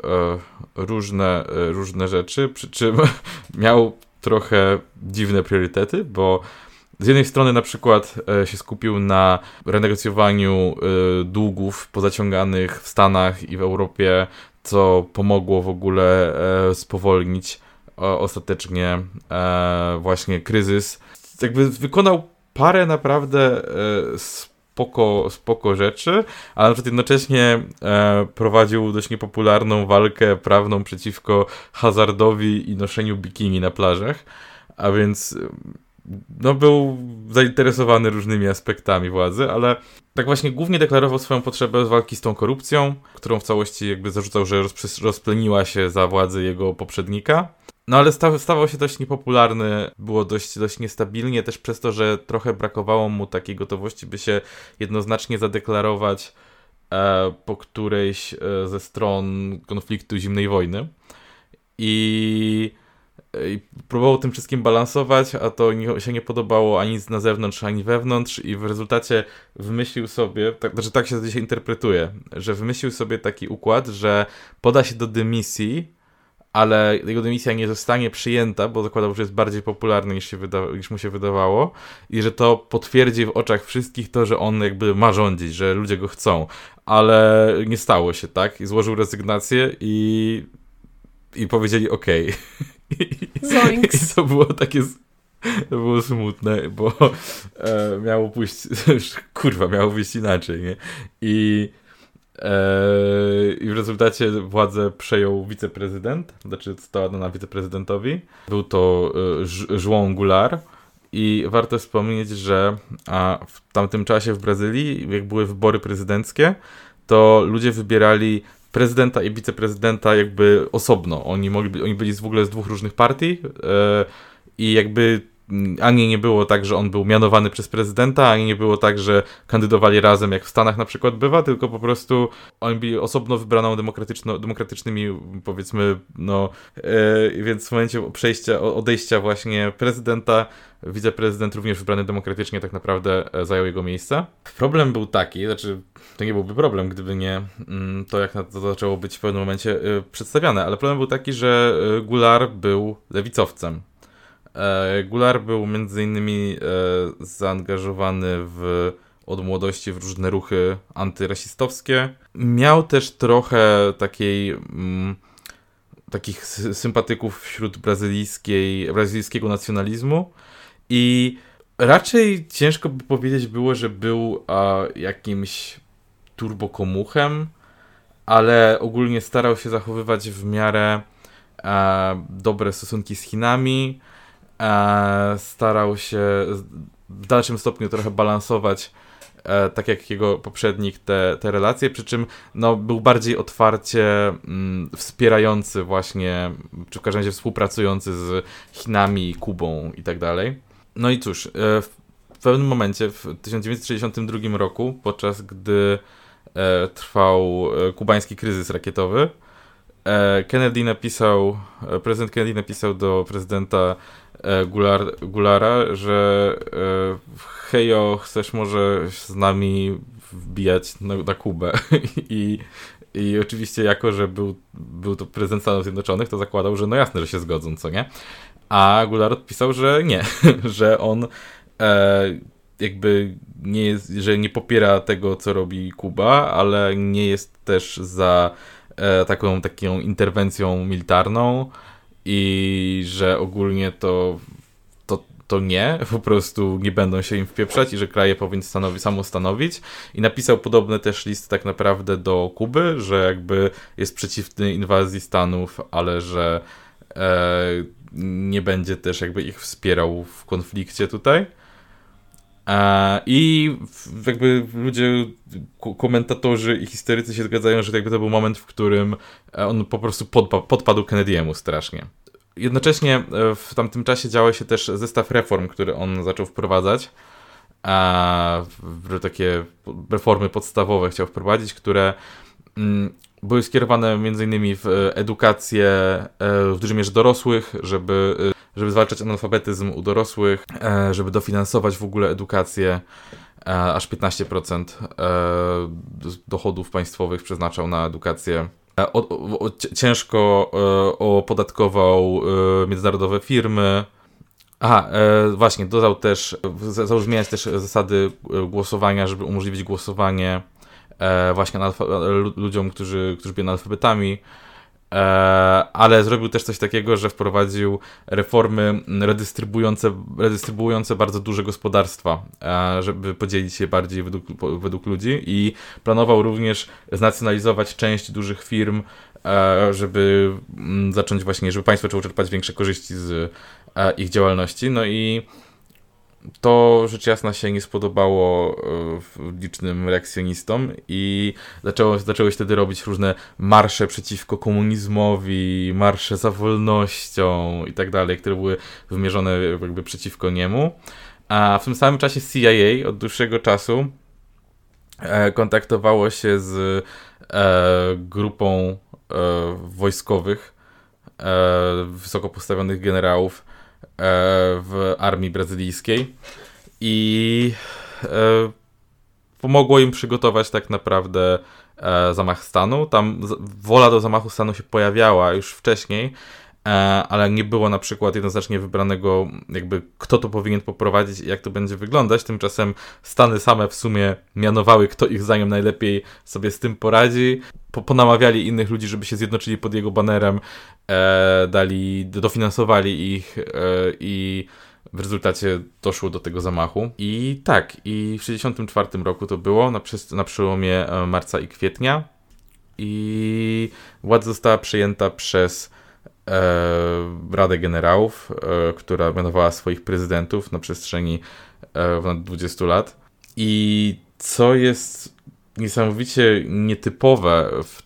różne rzeczy, przy czym miał trochę dziwne priorytety, bo z jednej strony na przykład się skupił na renegocjowaniu długów pozaciąganych w Stanach i w Europie, co pomogło w ogóle spowolnić ostatecznie właśnie kryzys. Jakby wykonał parę naprawdę spoko rzeczy, ale na przykład jednocześnie prowadził dość niepopularną walkę prawną przeciwko hazardowi i noszeniu bikini na plażach, a więc był zainteresowany różnymi aspektami władzy, ale tak właśnie głównie deklarował swoją potrzebę walki z tą korupcją, którą w całości jakby zarzucał, że rozpleniła się za władzy jego poprzednika. No ale stawał się dość niepopularny, było dość niestabilnie, też przez to, że trochę brakowało mu takiej gotowości, by się jednoznacznie zadeklarować po którejś ze stron konfliktu zimnej wojny. I próbował tym wszystkim balansować, a to się nie podobało ani na zewnątrz, ani wewnątrz i w rezultacie wymyślił sobie, tak się to dzisiaj interpretuje, że wymyślił sobie taki układ, że poda się do dymisji, ale jego dymisja nie zostanie przyjęta, bo zakładał, że jest bardziej popularny niż mu się wydawało i że to potwierdzi w oczach wszystkich to, że on jakby ma rządzić, że ludzie go chcą, ale nie stało się, tak? I złożył rezygnację i powiedzieli okej. Zoinks. I to było takie... To było smutne, bo miało wyjść inaczej, nie? I w rezultacie władzę przejął wiceprezydent, znaczy została dana wiceprezydentowi. Był to João Goulart i warto wspomnieć, że w tamtym czasie w Brazylii, jak były wybory prezydenckie, to ludzie wybierali prezydenta i wiceprezydenta jakby osobno. Oni byli w ogóle z dwóch różnych partii i jakby ani nie było tak, że on był mianowany przez prezydenta, ani nie było tak, że kandydowali razem, jak w Stanach na przykład bywa, tylko po prostu oni byli osobno wybraną demokratycznymi, powiedzmy, więc w momencie odejścia właśnie prezydenta, wiceprezydent również wybrany demokratycznie tak naprawdę zajął jego miejsce. Problem był taki, to nie byłby problem, gdyby nie to, jak to zaczęło być w pewnym momencie przedstawiane, ale problem był taki, że Goulart był lewicowcem. Goulart był między innymi zaangażowany od młodości w różne ruchy antyrasistowskie. Miał też trochę takich sympatyków wśród brazylijskiego nacjonalizmu i raczej ciężko by powiedzieć było, że był jakimś turbokomuchem, ale ogólnie starał się zachowywać w miarę dobre stosunki z Chinami, starał się w dalszym stopniu trochę balansować, tak jak jego poprzednik, te relacje, przy czym był bardziej otwarcie wspierający właśnie, czy w każdym razie współpracujący z Chinami, Kubą i tak dalej. No i cóż, w pewnym momencie, w 1962 roku, podczas gdy trwał kubański kryzys rakietowy, prezydent Kennedy napisał do prezydenta Goulara, że hejo, chcesz może z nami wbijać na Kubę. I oczywiście jako, że był to prezydent Stanów Zjednoczonych, to zakładał, że no jasne, że się zgodzą, co nie? A Goulart odpisał, że nie, że on jakby nie jest, że nie popiera tego, co robi Kuba, ale nie jest też za taką interwencją militarną i że ogólnie to nie, po prostu nie będą się im wpieprzać i że kraje powinny samostanowić. I napisał podobny też list tak naprawdę do Kuby, że jakby jest przeciwny inwazji Stanów, ale że nie będzie też jakby ich wspierał w konflikcie tutaj. I jakby ludzie, komentatorzy i historycy się zgadzają, że jakby to był moment, w którym on po prostu podpadł Kennedy'emu strasznie. Jednocześnie w tamtym czasie działy się też zestaw reform, który on zaczął wprowadzać. Takie reformy podstawowe chciał wprowadzić, które były skierowane m.in. w edukację w dużej mierze dorosłych, żeby zwalczać analfabetyzm u dorosłych, żeby dofinansować w ogóle edukację. Aż 15% dochodów państwowych przeznaczał na edukację. Ciężko opodatkował międzynarodowe firmy. Właśnie, dodał też, zaczął zmieniać też zasady głosowania, żeby umożliwić głosowanie właśnie ludziom, którzy byli analfabetami, ale zrobił też coś takiego, że wprowadził reformy redystrybuujące bardzo duże gospodarstwa, żeby podzielić je bardziej według ludzi i planował również znacjonalizować część dużych firm, żeby zacząć właśnie, żeby państwo zaczęło czerpać większe korzyści z ich działalności. No i to rzecz jasna się nie spodobało licznym reakcjonistom i zaczęły się wtedy robić różne marsze przeciwko komunizmowi, marsze za wolnością i tak dalej, które były wymierzone jakby przeciwko niemu. A w tym samym czasie CIA od dłuższego czasu kontaktowało się z grupą wojskowych, wysoko postawionych generałów w armii brazylijskiej i pomogło im przygotować tak naprawdę zamach stanu. Tam wola do zamachu stanu się pojawiała już wcześniej, ale nie było na przykład jednoznacznie wybranego jakby kto to powinien poprowadzić i jak to będzie wyglądać. Tymczasem Stany same w sumie mianowały, kto ich zdaniem najlepiej sobie z tym poradzi. Ponamawiali innych ludzi, żeby się zjednoczyli pod jego banerem, dofinansowali ich i w rezultacie doszło do tego zamachu. I tak, i w 1964 roku to było, na przełomie marca i kwietnia. I władza została przejęta przez Radę Generałów, która mianowała swoich prezydentów na przestrzeni ponad 20 lat. I co jest niesamowicie nietypowe w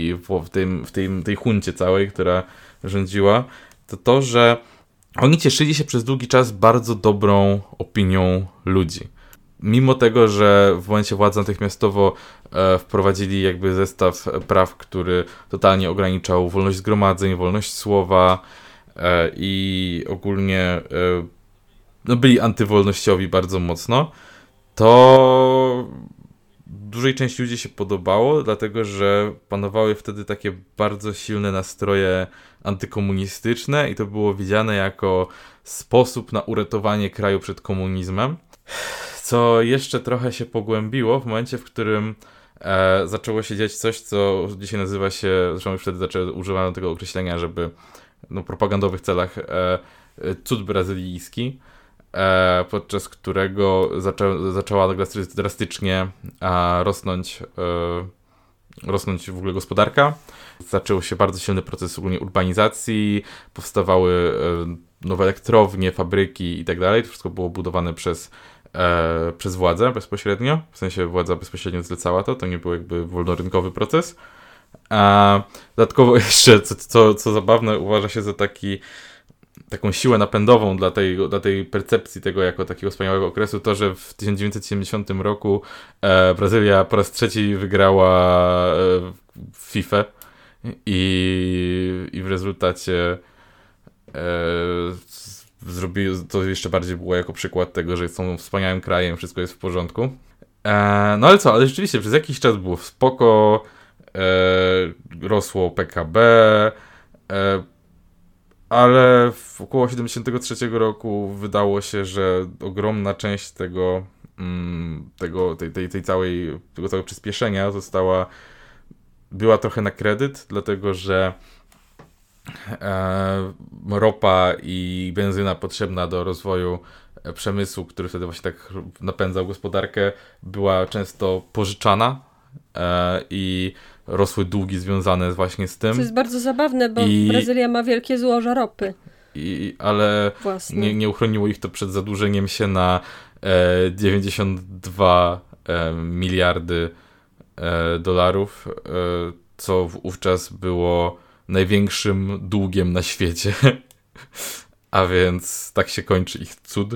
tej huncie całej, która rządziła, to, że oni cieszyli się przez długi czas bardzo dobrą opinią ludzi. Mimo tego, że w momencie władzy natychmiastowo wprowadzili jakby zestaw praw, który totalnie ograniczał wolność zgromadzeń, wolność słowa i ogólnie byli antywolnościowi bardzo mocno, to dużej części ludzi się podobało, dlatego że panowały wtedy takie bardzo silne nastroje antykomunistyczne i to było widziane jako sposób na uratowanie kraju przed komunizmem. Co jeszcze trochę się pogłębiło w momencie, w którym zaczęło się dziać coś, co dzisiaj nazywa się, zresztą już wtedy używano tego określenia, żeby w propagandowych celach cud brazylijski, podczas którego zaczęła drastycznie rosnąć w ogóle gospodarka. Zaczął się bardzo silny proces ogólnie urbanizacji, powstawały nowe elektrownie, fabryki i tak dalej. To wszystko było budowane przez władzę bezpośrednio, w sensie władza bezpośrednio zlecała to nie był jakby wolnorynkowy proces. A dodatkowo jeszcze, co zabawne, uważa się za taką siłę napędową dla tej percepcji tego jako takiego wspaniałego okresu, to, że w 1970 roku Brazylia po raz trzeci wygrała FIFA i w rezultacie to jeszcze bardziej było jako przykład tego, że są wspaniałym krajem, wszystko jest w porządku. No ale ale rzeczywiście przez jakiś czas było spoko, rosło PKB, ale około 73 roku wydało się, że ogromna część tego całego przyspieszenia była trochę na kredyt, dlatego że ropa i benzyna potrzebna do rozwoju przemysłu, który wtedy właśnie tak napędzał gospodarkę, była często pożyczana i rosły długi związane właśnie z tym. To jest bardzo zabawne, bo Brazylia ma wielkie złoża ropy. Ale nie uchroniło ich to przed zadłużeniem się na 92 miliardy dolarów, co wówczas było największym długiem na świecie. A więc tak się kończy ich cud.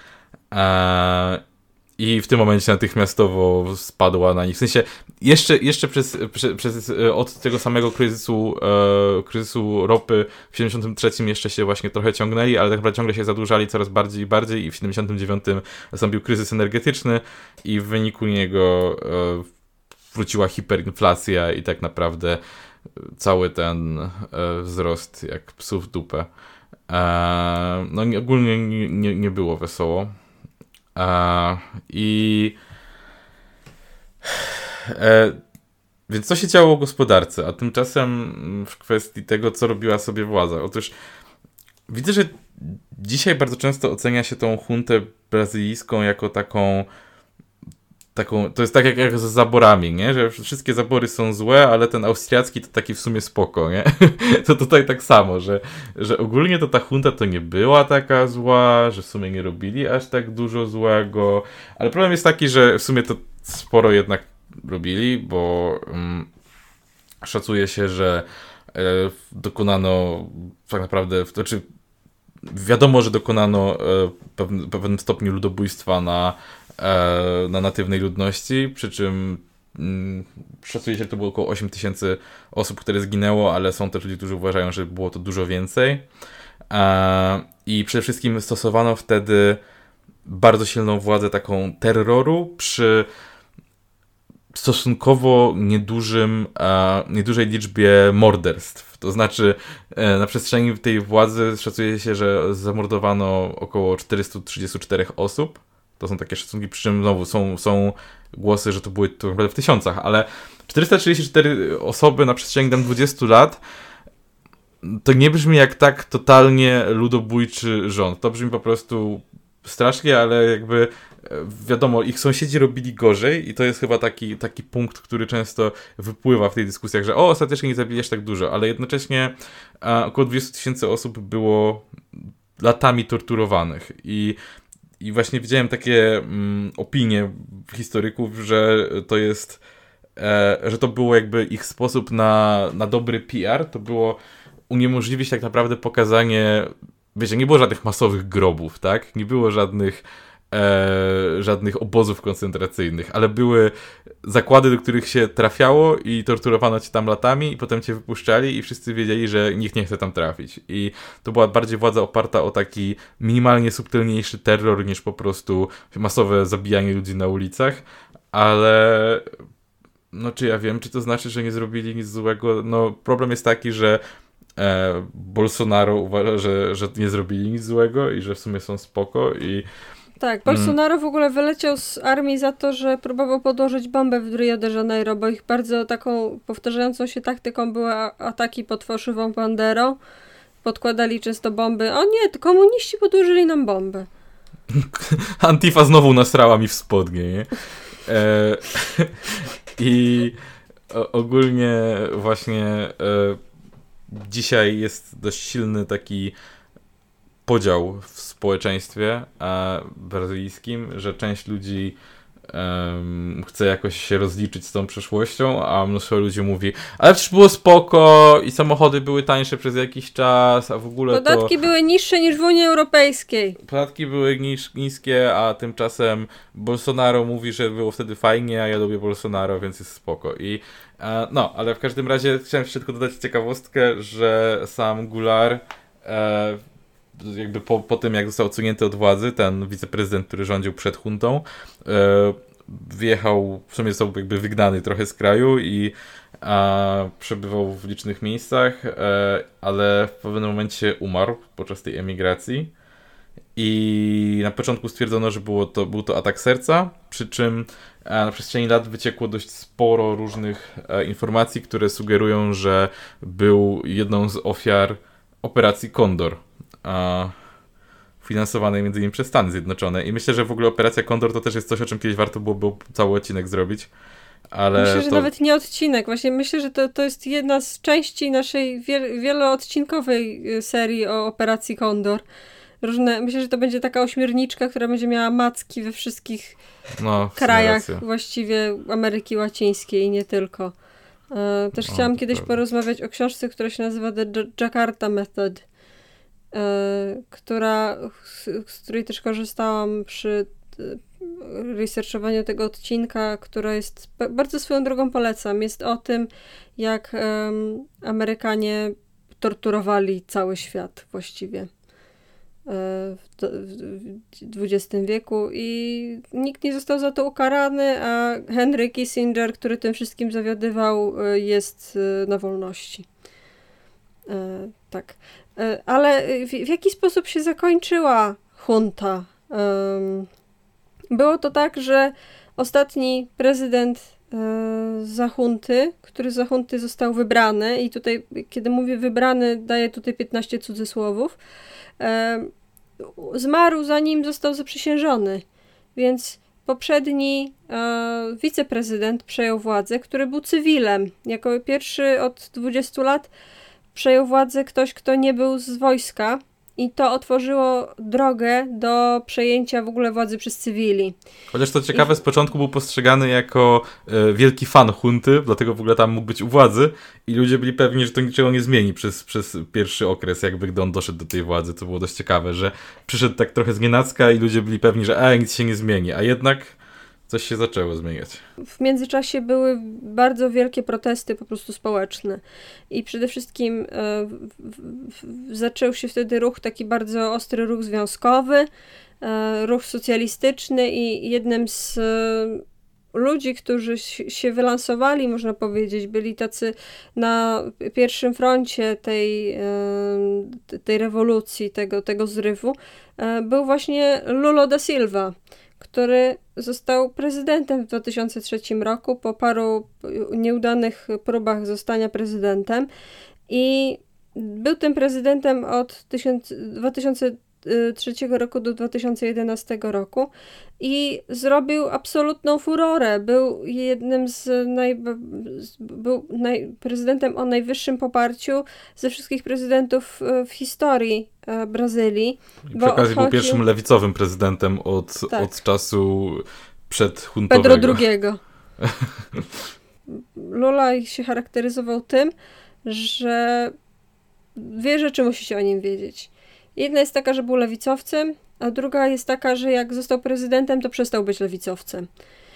I w tym momencie natychmiastowo spadła na nich. W sensie jeszcze od tego samego kryzysu ropy w 73 jeszcze się właśnie trochę ciągnęli, ale tak naprawdę ciągle się zadłużali coraz bardziej i bardziej i w 79 nastąpił kryzys energetyczny i w wyniku niego wróciła hiperinflacja i tak naprawdę cały ten wzrost jak psu w dupę. Ogólnie nie było wesoło. Więc co się działo w gospodarce, a tymczasem w kwestii tego, co robiła sobie władza. Otóż widzę, że dzisiaj bardzo często ocenia się tą juntę brazylijską jako taką, to jest tak jak z zaborami, nie? Że wszystkie zabory są złe, ale ten austriacki to taki w sumie spoko, nie? To tutaj tak samo, że ogólnie to ta junta to nie była taka zła, że w sumie nie robili aż tak dużo złego, ale problem jest taki, że w sumie to sporo jednak robili, bo szacuje się, że dokonano tak naprawdę, wiadomo, że dokonano w pewnym stopniu ludobójstwa na natywnej ludności, przy czym szacuje się, że to było około 8 000 osób, które zginęło, ale są też ludzie, którzy uważają, że było to dużo więcej. I przede wszystkim stosowano wtedy bardzo silną władzę taką terroru przy stosunkowo niedużej liczbie morderstw. To znaczy na przestrzeni tej władzy szacuje się, że zamordowano około 434 osób. To są takie szacunki, przy czym znowu są głosy, że to były to naprawdę w tysiącach, ale 434 osoby na przestrzeni tam 20 lat to nie brzmi jak tak totalnie ludobójczy rząd. To brzmi po prostu strasznie, ale jakby wiadomo, ich sąsiedzi robili gorzej i to jest chyba taki punkt, który często wypływa w tych dyskusjach, że ostatecznie nie zabijesz tak dużo, ale jednocześnie około 20 000 osób było latami torturowanych i właśnie widziałem takie opinie historyków, że to jest, że to było jakby ich sposób na dobry PR, to było uniemożliwić tak naprawdę pokazanie, wiecie, nie było żadnych masowych grobów, tak? Nie było żadnych obozów koncentracyjnych, ale były zakłady, do których się trafiało i torturowano cię tam latami i potem cię wypuszczali i wszyscy wiedzieli, że nikt nie chce tam trafić. I to była bardziej władza oparta o taki minimalnie subtelniejszy terror niż po prostu masowe zabijanie ludzi na ulicach, ale No czy ja wiem, czy to znaczy, że nie zrobili nic złego? No problem jest taki, że Bolsonaro uważa, że nie zrobili nic złego i że w sumie są spoko i... Tak, Bolsonaro w ogóle wyleciał z armii za to, że próbował podłożyć bombę w Rio de Janeiro, bo ich bardzo taką powtarzającą się taktyką były ataki pod fałszywą banderą. Podkładali często bomby. O nie, to komuniści podłożyli nam bombę. Antifa znowu nasrała mi w spodnie, nie? I ogólnie właśnie dzisiaj jest dość silny taki podział w społeczeństwie brazylijskim, że część ludzi chce jakoś się rozliczyć z tą przeszłością, a mnóstwo ludzi mówi, ale przecież było spoko i samochody były tańsze przez jakiś czas, a w ogóle podatki były niższe niż w Unii Europejskiej. Podatki były niskie, a tymczasem Bolsonaro mówi, że było wtedy fajnie, a ja lubię Bolsonaro, więc jest spoko. No, ale w każdym razie chciałem jeszcze tylko dodać ciekawostkę, że sam Goulart jakby po tym, jak został odsunięty od władzy, ten wiceprezydent, który rządził przed juntą, wyjechał, w sumie został jakby wygnany trochę z kraju i przebywał w licznych miejscach, ale w pewnym momencie umarł podczas tej emigracji i na początku stwierdzono, że był to atak serca, przy czym na przestrzeni lat wyciekło dość sporo różnych informacji, które sugerują, że był jedną z ofiar operacji Kondor, finansowanej między innymi przez Stany Zjednoczone. I myślę, że w ogóle operacja Kondor to też jest coś, o czym kiedyś warto byłoby cały odcinek zrobić. Ale myślę, że nawet nie odcinek. Właśnie myślę, że to jest jedna z części naszej wieloodcinkowej serii o operacji Kondor. Myślę, że to będzie taka ośmiorniczka, która będzie miała macki we wszystkich krajach właściwie Ameryki Łacińskiej i nie tylko. Też chciałam kiedyś porozmawiać o książce, która się nazywa The Jakarta Method, z której też korzystałam przy researchowaniu tego odcinka, która jest bardzo swoją drogą polecam. Jest o tym, jak Amerykanie torturowali cały świat właściwie w XX wieku i nikt nie został za to ukarany, a Henry Kissinger, który tym wszystkim zawiodywał, jest na wolności. Tak. Ale w jaki sposób się zakończyła junta? Było to tak, że ostatni prezydent za junty, który za junty został wybrany i tutaj, kiedy mówię wybrany, daję tutaj 15 cudzysłowów, zmarł zanim został zaprzysiężony, więc poprzedni wiceprezydent przejął władzę, który był cywilem. Jako pierwszy od 20 lat przejął władzę ktoś, kto nie był z wojska i to otworzyło drogę do przejęcia w ogóle władzy przez cywili. Chociaż to ciekawe, z początku był postrzegany jako wielki fan junty, dlatego w ogóle tam mógł być u władzy i ludzie byli pewni, że to niczego nie zmieni przez pierwszy okres, jakby gdy on doszedł do tej władzy. To było dość ciekawe, że przyszedł tak trochę znienacka i ludzie byli pewni, że nic się nie zmieni, a jednak coś się zaczęło zmieniać. W międzyczasie były bardzo wielkie protesty po prostu społeczne i przede wszystkim zaczął się wtedy ruch, taki bardzo ostry ruch związkowy, ruch socjalistyczny i jednym z ludzi, którzy się wylansowali, można powiedzieć, byli tacy na pierwszym froncie tej rewolucji, tego zrywu, był właśnie Lula da Silva, który został prezydentem w 2003 roku po paru nieudanych próbach zostania prezydentem i był tym prezydentem od 2003 roku do 2011 roku i zrobił absolutną furorę. Był jednym prezydentem o najwyższym poparciu ze wszystkich prezydentów w historii Brazylii. Przy okazji był pierwszym lewicowym prezydentem od czasu przedjuntowego. Pedro II. Lula się charakteryzował tym, że dwie rzeczy musicie o nim wiedzieć. Jedna jest taka, że był lewicowcem, a druga jest taka, że jak został prezydentem, to przestał być lewicowcem.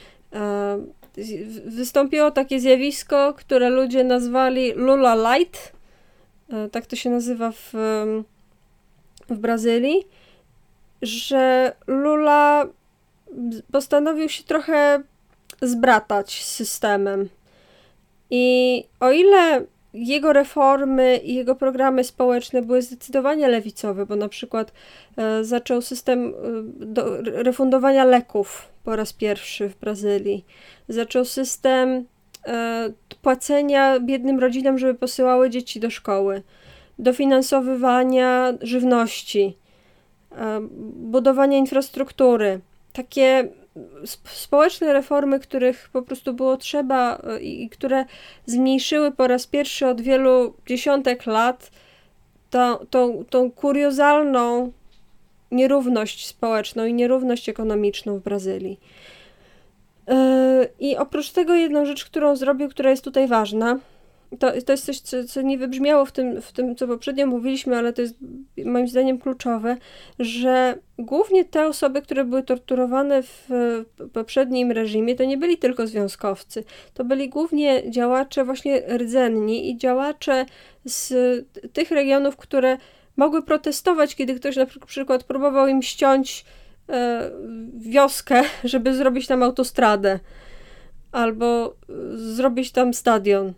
Wystąpiło takie zjawisko, które ludzie nazwali Lula Light. Tak to się nazywa w Brazylii, że Lula postanowił się trochę zbratać z systemem. I o ile jego reformy i jego programy społeczne były zdecydowanie lewicowe, bo na przykład zaczął system refundowania leków po raz pierwszy w Brazylii. Zaczął system płacenia biednym rodzinom, żeby posyłały dzieci do szkoły. Dofinansowywania żywności. Budowania infrastruktury. Takie społeczne reformy, których po prostu było trzeba i które zmniejszyły po raz pierwszy od wielu dziesiątek lat tą kuriozalną nierówność społeczną i nierówność ekonomiczną w Brazylii. I oprócz tego jedną rzecz, którą zrobił, która jest tutaj ważna, to jest coś, co nie wybrzmiało w tym, co poprzednio mówiliśmy, ale to jest moim zdaniem kluczowe, że głównie te osoby, które były torturowane w poprzednim reżimie, to nie byli tylko związkowcy. To byli głównie działacze właśnie rdzenni i działacze z tych regionów, które mogły protestować, kiedy ktoś na przykład próbował im ściąć wioskę, żeby zrobić tam autostradę albo zrobić tam stadion.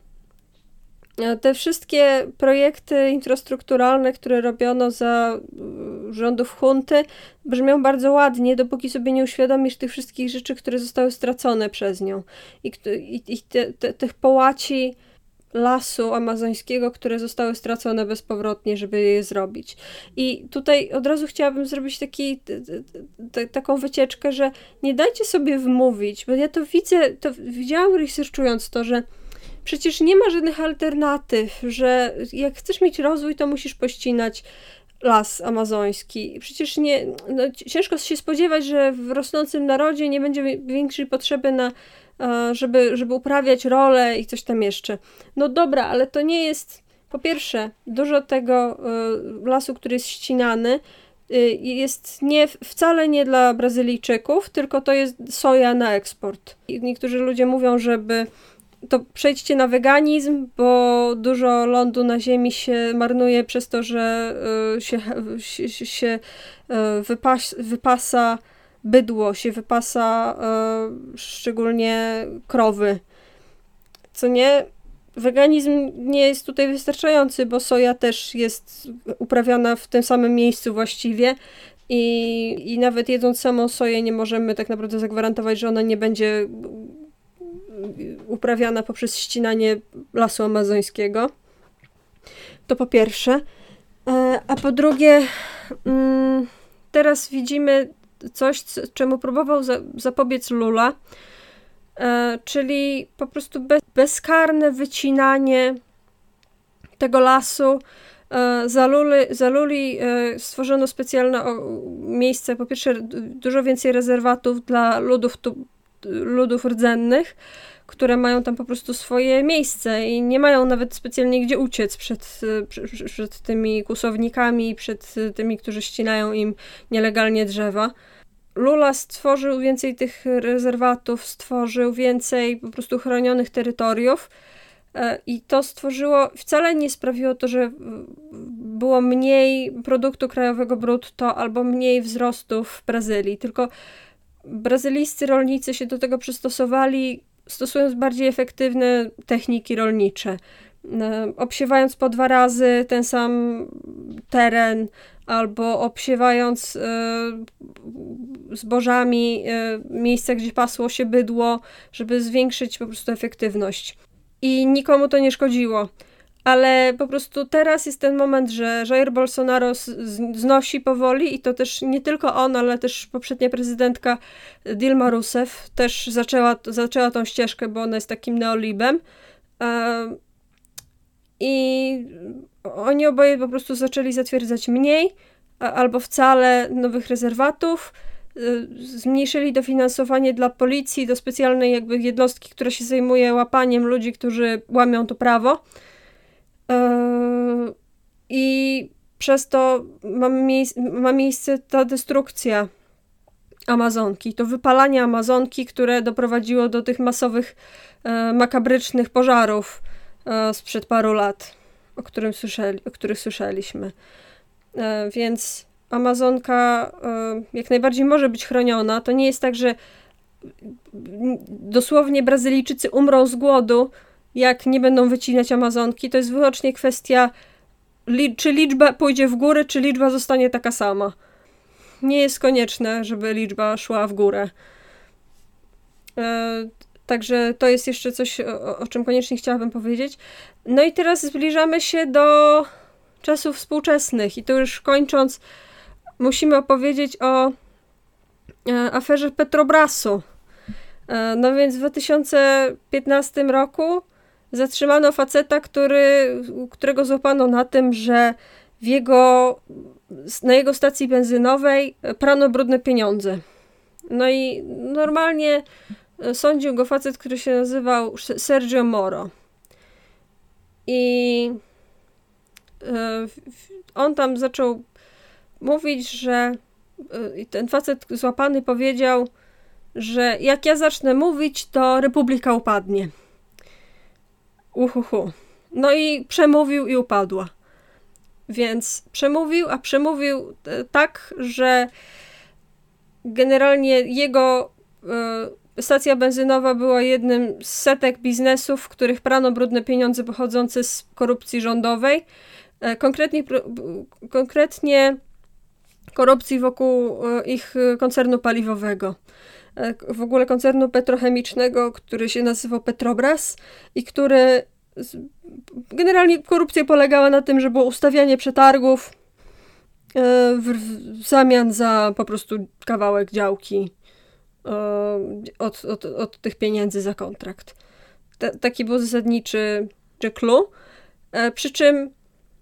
Te wszystkie projekty infrastrukturalne, które robiono za rządów junty, brzmią bardzo ładnie, dopóki sobie nie uświadomisz tych wszystkich rzeczy, które zostały stracone przez nią. I tych połaci lasu amazońskiego, które zostały stracone bezpowrotnie, żeby je zrobić. I tutaj od razu chciałabym zrobić taką wycieczkę, że nie dajcie sobie wmówić, bo ja to widziałam researchując to, że przecież nie ma żadnych alternatyw, że jak chcesz mieć rozwój, to musisz pościnać las amazoński. Przecież ciężko się spodziewać, że w rosnącym narodzie nie będzie większej potrzeby żeby uprawiać rolę i coś tam jeszcze. No dobra, ale to nie jest, po pierwsze, dużo tego lasu, który jest ścinany, jest wcale nie dla Brazylijczyków, tylko to jest soja na eksport. I niektórzy ludzie mówią, żeby to przejdźcie na weganizm, bo dużo lądu na ziemi się marnuje przez to, że się wypasa bydło, się wypasa szczególnie krowy. Co nie? Weganizm nie jest tutaj wystarczający, bo soja też jest uprawiana w tym samym miejscu właściwie i nawet jedząc samą soję nie możemy tak naprawdę zagwarantować, że ona nie będzie uprawiana poprzez ścinanie lasu amazońskiego. To po pierwsze. A po drugie, teraz widzimy coś, czemu próbował zapobiec Lula, czyli po prostu bezkarne wycinanie tego lasu. Za Luli stworzono specjalne miejsce, po pierwsze dużo więcej rezerwatów dla ludów rdzennych, które mają tam po prostu swoje miejsce i nie mają nawet specjalnie gdzie uciec przed tymi kłusownikami, przed tymi, którzy ścinają im nielegalnie drzewa. Lula stworzył więcej tych rezerwatów, stworzył więcej po prostu chronionych terytoriów i to wcale nie sprawiło to, że było mniej produktu krajowego brutto albo mniej wzrostu w Brazylii, tylko brazylijscy rolnicy się do tego przystosowali, stosując bardziej efektywne techniki rolnicze. Obsiewając po 2 razy ten sam teren, albo obsiewając zbożami miejsca, gdzie pasło się bydło, żeby zwiększyć po prostu efektywność. I nikomu to nie szkodziło. Ale po prostu teraz jest ten moment, że Jair Bolsonaro znosi powoli i to też nie tylko on, ale też poprzednia prezydentka Dilma Rousseff też zaczęła tą ścieżkę, bo ona jest takim neolibem. I oni oboje po prostu zaczęli zatwierdzać mniej albo wcale nowych rezerwatów. Zmniejszyli dofinansowanie dla policji, do specjalnej jakby jednostki, która się zajmuje łapaniem ludzi, którzy łamią to prawo. I przez to ma miejsce ta destrukcja Amazonki, to wypalanie Amazonki, które doprowadziło do tych masowych, makabrycznych pożarów sprzed paru lat, o których słyszeliśmy. Więc Amazonka jak najbardziej może być chroniona. To nie jest tak, że dosłownie Brazylijczycy umrą z głodu, jak nie będą wycinać Amazonki. To jest wyłącznie kwestia, czy liczba pójdzie w górę, czy liczba zostanie taka sama. Nie jest konieczne, żeby liczba szła w górę. Także to jest jeszcze coś, o czym koniecznie chciałabym powiedzieć. No i teraz zbliżamy się do czasów współczesnych i tu już kończąc, musimy opowiedzieć o aferze Petrobrasu. No więc w 2015 roku zatrzymano faceta, którego złapano na tym, że na jego stacji benzynowej prano brudne pieniądze. No i normalnie sądził go facet, który się nazywał Sergio Moro. I on tam zaczął mówić, że ten facet złapany powiedział, że jak ja zacznę mówić, to Republika upadnie. No i przemówił i upadła. Więc przemówił tak, że generalnie jego stacja benzynowa była jednym z setek biznesów, w których prano brudne pieniądze pochodzące z korupcji rządowej. Konkretnie korupcji wokół ich koncernu paliwowego. W ogóle koncernu petrochemicznego, który się nazywał Petrobras i który generalnie korupcja polegała na tym, że było ustawianie przetargów w zamian za po prostu kawałek działki od tych pieniędzy za kontrakt. Taki był zasadniczy clue. Przy czym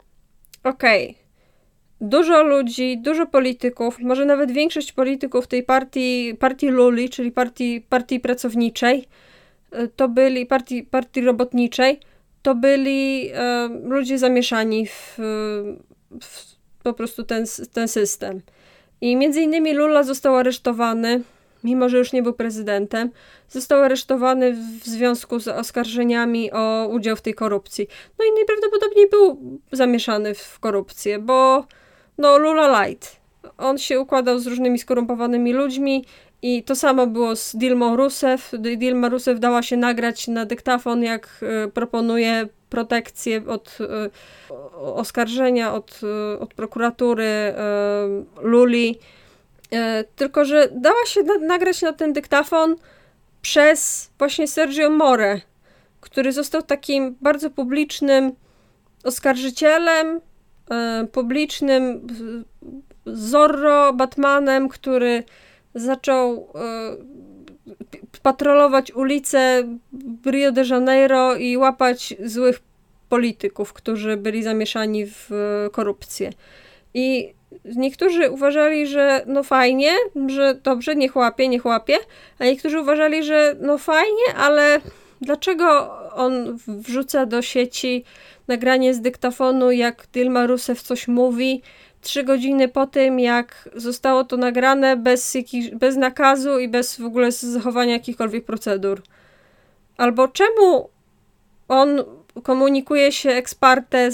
dużo ludzi, dużo polityków, może nawet większość polityków tej partii Luli, czyli partii pracowniczej, to byli partii robotniczej, to byli ludzie zamieszani w po prostu ten system. I między innymi Lula został aresztowany, mimo że już nie był prezydentem, został aresztowany w związku z oskarżeniami o udział w tej korupcji. No i najprawdopodobniej był zamieszany w korupcję, bo Lula light. On się układał z różnymi skorumpowanymi ludźmi i to samo było z Dilmą Rousseff. Dilma Rousseff dała się nagrać na dyktafon, jak proponuje protekcję od oskarżenia, od prokuratury Luli. Tylko że dała się nagrać na ten dyktafon przez właśnie Sergio Morę, który został takim bardzo publicznym oskarżycielem, publicznym Zorro, Batmanem, który zaczął patrolować ulice Rio de Janeiro i łapać złych polityków, którzy byli zamieszani w korupcję. I niektórzy uważali, że fajnie, że dobrze, niech łapie, a niektórzy uważali, że fajnie, ale dlaczego on wrzuca do sieci nagranie z dyktafonu, jak Dilma Rousseff coś mówi, 3 godziny po tym, jak zostało to nagrane bez nakazu i bez w ogóle zachowania jakichkolwiek procedur. Albo czemu on komunikuje się ex parte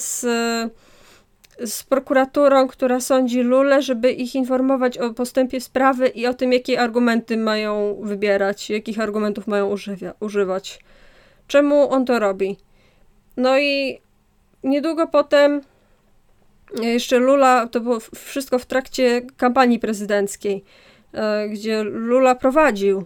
z prokuraturą, która sądzi Lulę, żeby ich informować o postępie sprawy i o tym, jakie argumenty mają wybierać, jakich argumentów mają używać. Czemu on to robi? No i niedługo potem jeszcze Lula, to było wszystko w trakcie kampanii prezydenckiej, gdzie Lula prowadził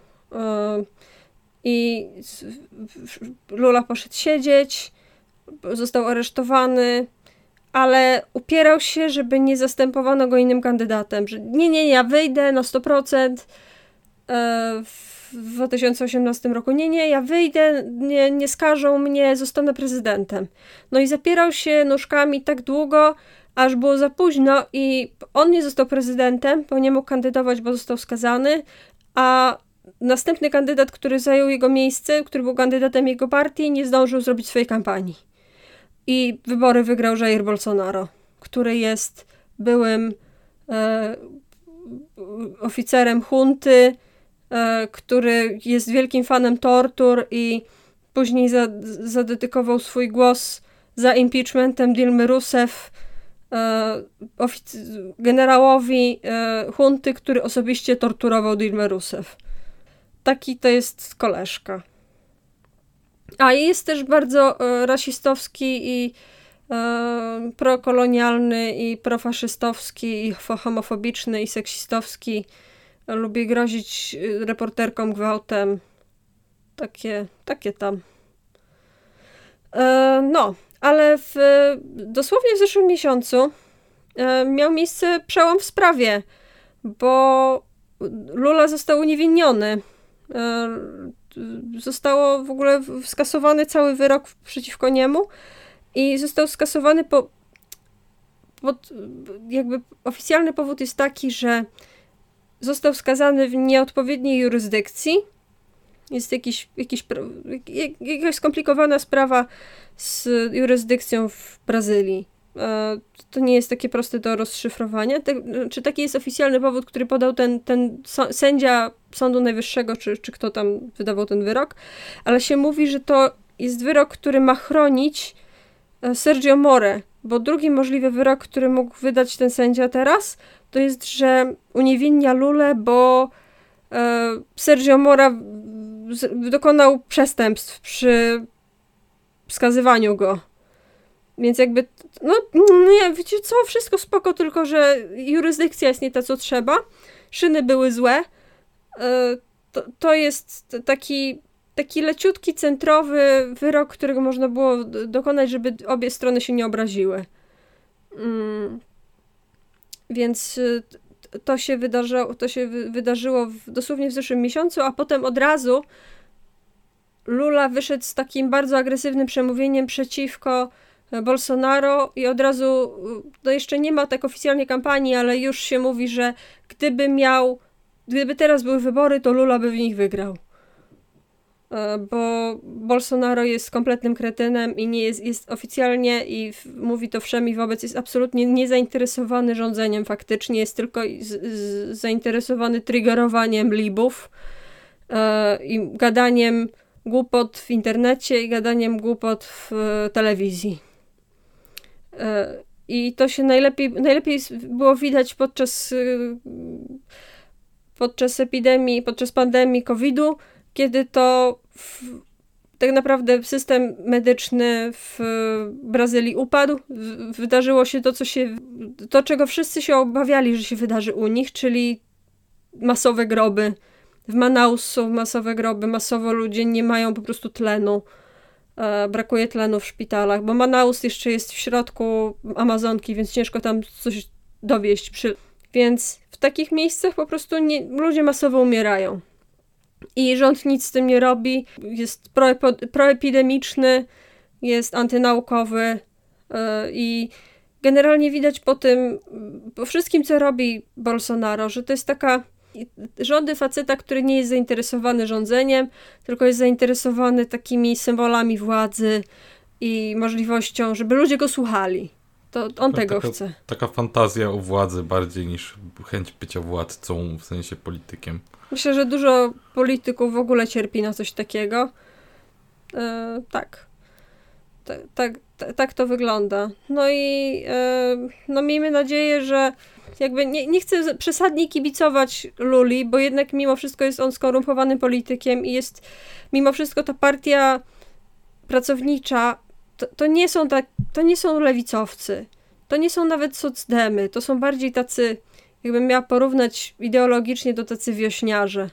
i Lula poszedł siedzieć, został aresztowany, ale upierał się, żeby nie zastępowano go innym kandydatem, że nie, ja wyjdę na 100% w 2018 roku, ja wyjdę, nie skażą mnie, zostanę prezydentem. No i zapierał się nóżkami tak długo, aż było za późno i on nie został prezydentem, bo nie mógł kandydować, bo został skazany, a następny kandydat, który zajął jego miejsce, który był kandydatem jego partii, nie zdążył zrobić swojej kampanii. I wybory wygrał Jair Bolsonaro, który jest byłym oficerem junty, który jest wielkim fanem tortur i później zadedykował swój głos za impeachmentem Dilmy Rousseff generałowi junty, który osobiście torturował Dilmę Rousseff. Taki to jest koleżka. A jest też bardzo rasistowski i prokolonialny i profaszystowski i homofobiczny i seksistowski. Lubi grozić reporterkom gwałtem. Takie tam. No, ale dosłownie w zeszłym miesiącu miał miejsce przełom w sprawie, bo Lula został uniewinniony. Zostało w ogóle skasowany cały wyrok przeciwko niemu i został skasowany jakby oficjalny powód jest taki, że został skazany w nieodpowiedniej jurysdykcji. Jest jakaś skomplikowana sprawa z jurysdykcją w Brazylii. To nie jest takie proste do rozszyfrowania. Czy taki jest oficjalny powód, który podał ten sędzia Sądu Najwyższego, czy kto tam wydawał ten wyrok, ale się mówi, że to jest wyrok, który ma chronić Sergio Morę, bo drugi możliwy wyrok, który mógł wydać ten sędzia teraz, to jest, że uniewinnia Lulę, bo Sergio Mora dokonał przestępstw przy skazywaniu go. Więc jakby, nie, wiecie co, wszystko spoko, tylko że jurysdykcja jest nie ta, co trzeba. Szyny były złe. To jest taki leciutki, centrowy wyrok, którego można było dokonać, żeby obie strony się nie obraziły. Więc to się wydarzyło dosłownie w zeszłym miesiącu, a potem od razu Lula wyszedł z takim bardzo agresywnym przemówieniem przeciwko Bolsonaro i od razu, jeszcze nie ma tak oficjalnie kampanii, ale już się mówi, że gdyby teraz były wybory, to Lula by w nich wygrał. Bo Bolsonaro jest kompletnym kretynem i nie jest oficjalnie i mówi to wszemi wobec, jest absolutnie niezainteresowany rządzeniem faktycznie, jest tylko zainteresowany triggerowaniem libów i gadaniem głupot w internecie i gadaniem głupot w telewizji. I to się najlepiej było widać podczas epidemii, podczas pandemii COVID-u, kiedy to tak naprawdę system medyczny w Brazylii upadł. Wydarzyło się to, czego wszyscy się obawiali, że się wydarzy u nich, czyli masowe groby. W Manaus są masowe groby, masowo ludzie nie mają po prostu tlenu. Brakuje tlenu w szpitalach, bo Manaus jeszcze jest w środku Amazonki, więc ciężko tam coś dowieść. Więc w takich miejscach po prostu ludzie masowo umierają. I rząd nic z tym nie robi. Jest proepidemiczny, jest antynaukowy i generalnie widać po wszystkim, co robi Bolsonaro, że to jest rządy faceta, który nie jest zainteresowany rządzeniem, tylko jest zainteresowany takimi symbolami władzy i możliwością, żeby ludzie go słuchali. To on tego chce. Taka fantazja o władzy bardziej niż chęć bycia władcą, w sensie politykiem. Myślę, że dużo polityków w ogóle cierpi na coś takiego. Tak to wygląda. No i miejmy nadzieję, że jakby nie chcę przesadnie kibicować Luli, bo jednak mimo wszystko jest on skorumpowanym politykiem i jest mimo wszystko ta partia pracownicza to nie są lewicowcy. To nie są nawet socdemy. To są bardziej tacy, jakbym miała porównać ideologicznie, to tacy wiośniarze.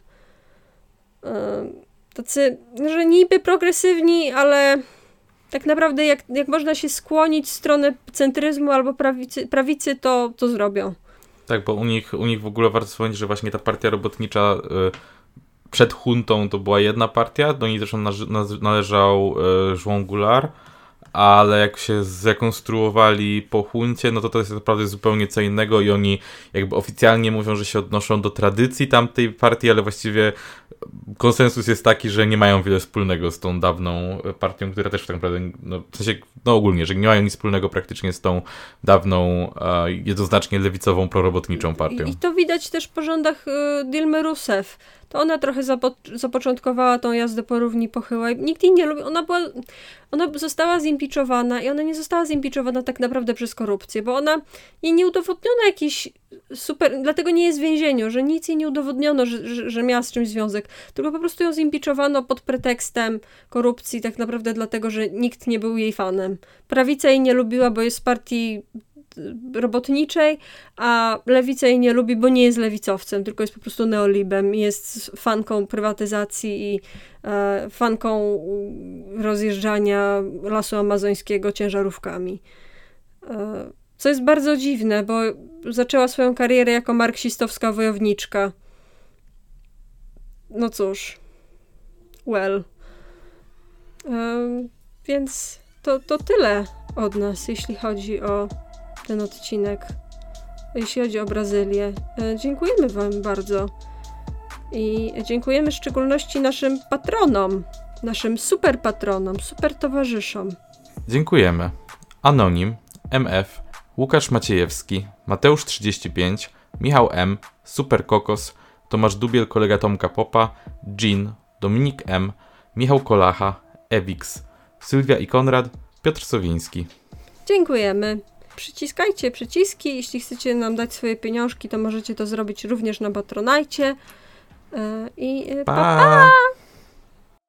Tacy, że niby progresywni, ale tak naprawdę jak można się skłonić w stronę centryzmu albo prawicy, to zrobią. Tak, bo u nich w ogóle warto wspomnieć, że właśnie ta partia robotnicza przed huntą to była jedna partia, do niej zresztą należał João Goulart, ale jak się zrekonstruowali po huncie, no to jest naprawdę zupełnie co innego i oni jakby oficjalnie mówią, że się odnoszą do tradycji tamtej partii, ale właściwie konsensus jest taki, że nie mają wiele wspólnego z tą dawną partią, która też tak naprawdę, w sensie, ogólnie, że nie mają nic wspólnego praktycznie z tą dawną, jednoznacznie lewicową, prorobotniczą partią. I to widać też po rządach Dilmy Rousseff. To ona trochę zapoczątkowała tą jazdę po równi pochyła. Nikt jej nie lubi. Ona została zimpiczowana i ona nie została zimpiczowana tak naprawdę przez korupcję, bo jej nie udowodniono jakiś super, dlatego nie jest w więzieniu, że nic jej nie udowodniono, że miała z czymś związek, tylko po prostu ją zimpiczowano pod pretekstem korupcji, tak naprawdę dlatego, że nikt nie był jej fanem. Prawica jej nie lubiła, bo jest z partii robotniczej, a lewica jej nie lubi, bo nie jest lewicowcem, tylko jest po prostu neolibem, jest fanką prywatyzacji i fanką rozjeżdżania lasu amazońskiego ciężarówkami. Co jest bardzo dziwne, bo zaczęła swoją karierę jako marksistowska wojowniczka. No cóż. Więc to tyle od nas, jeśli chodzi o ten odcinek. Jeśli chodzi o Brazylię. Dziękujemy wam bardzo. I dziękujemy w szczególności naszym patronom, naszym super patronom, super towarzyszom. Dziękujemy. Anonim, MF, Łukasz Maciejewski, Mateusz 35, Michał M, Super Kokos, Tomasz Dubiel, kolega Tomka Popa, Jean, Dominik M, Michał Kolacha, Ewix, Sylwia i Konrad, Piotr Sowiński. Dziękujemy. Przyciskajcie przyciski. Jeśli chcecie nam dać swoje pieniążki, to możecie to zrobić również na Patronajcie. I pa!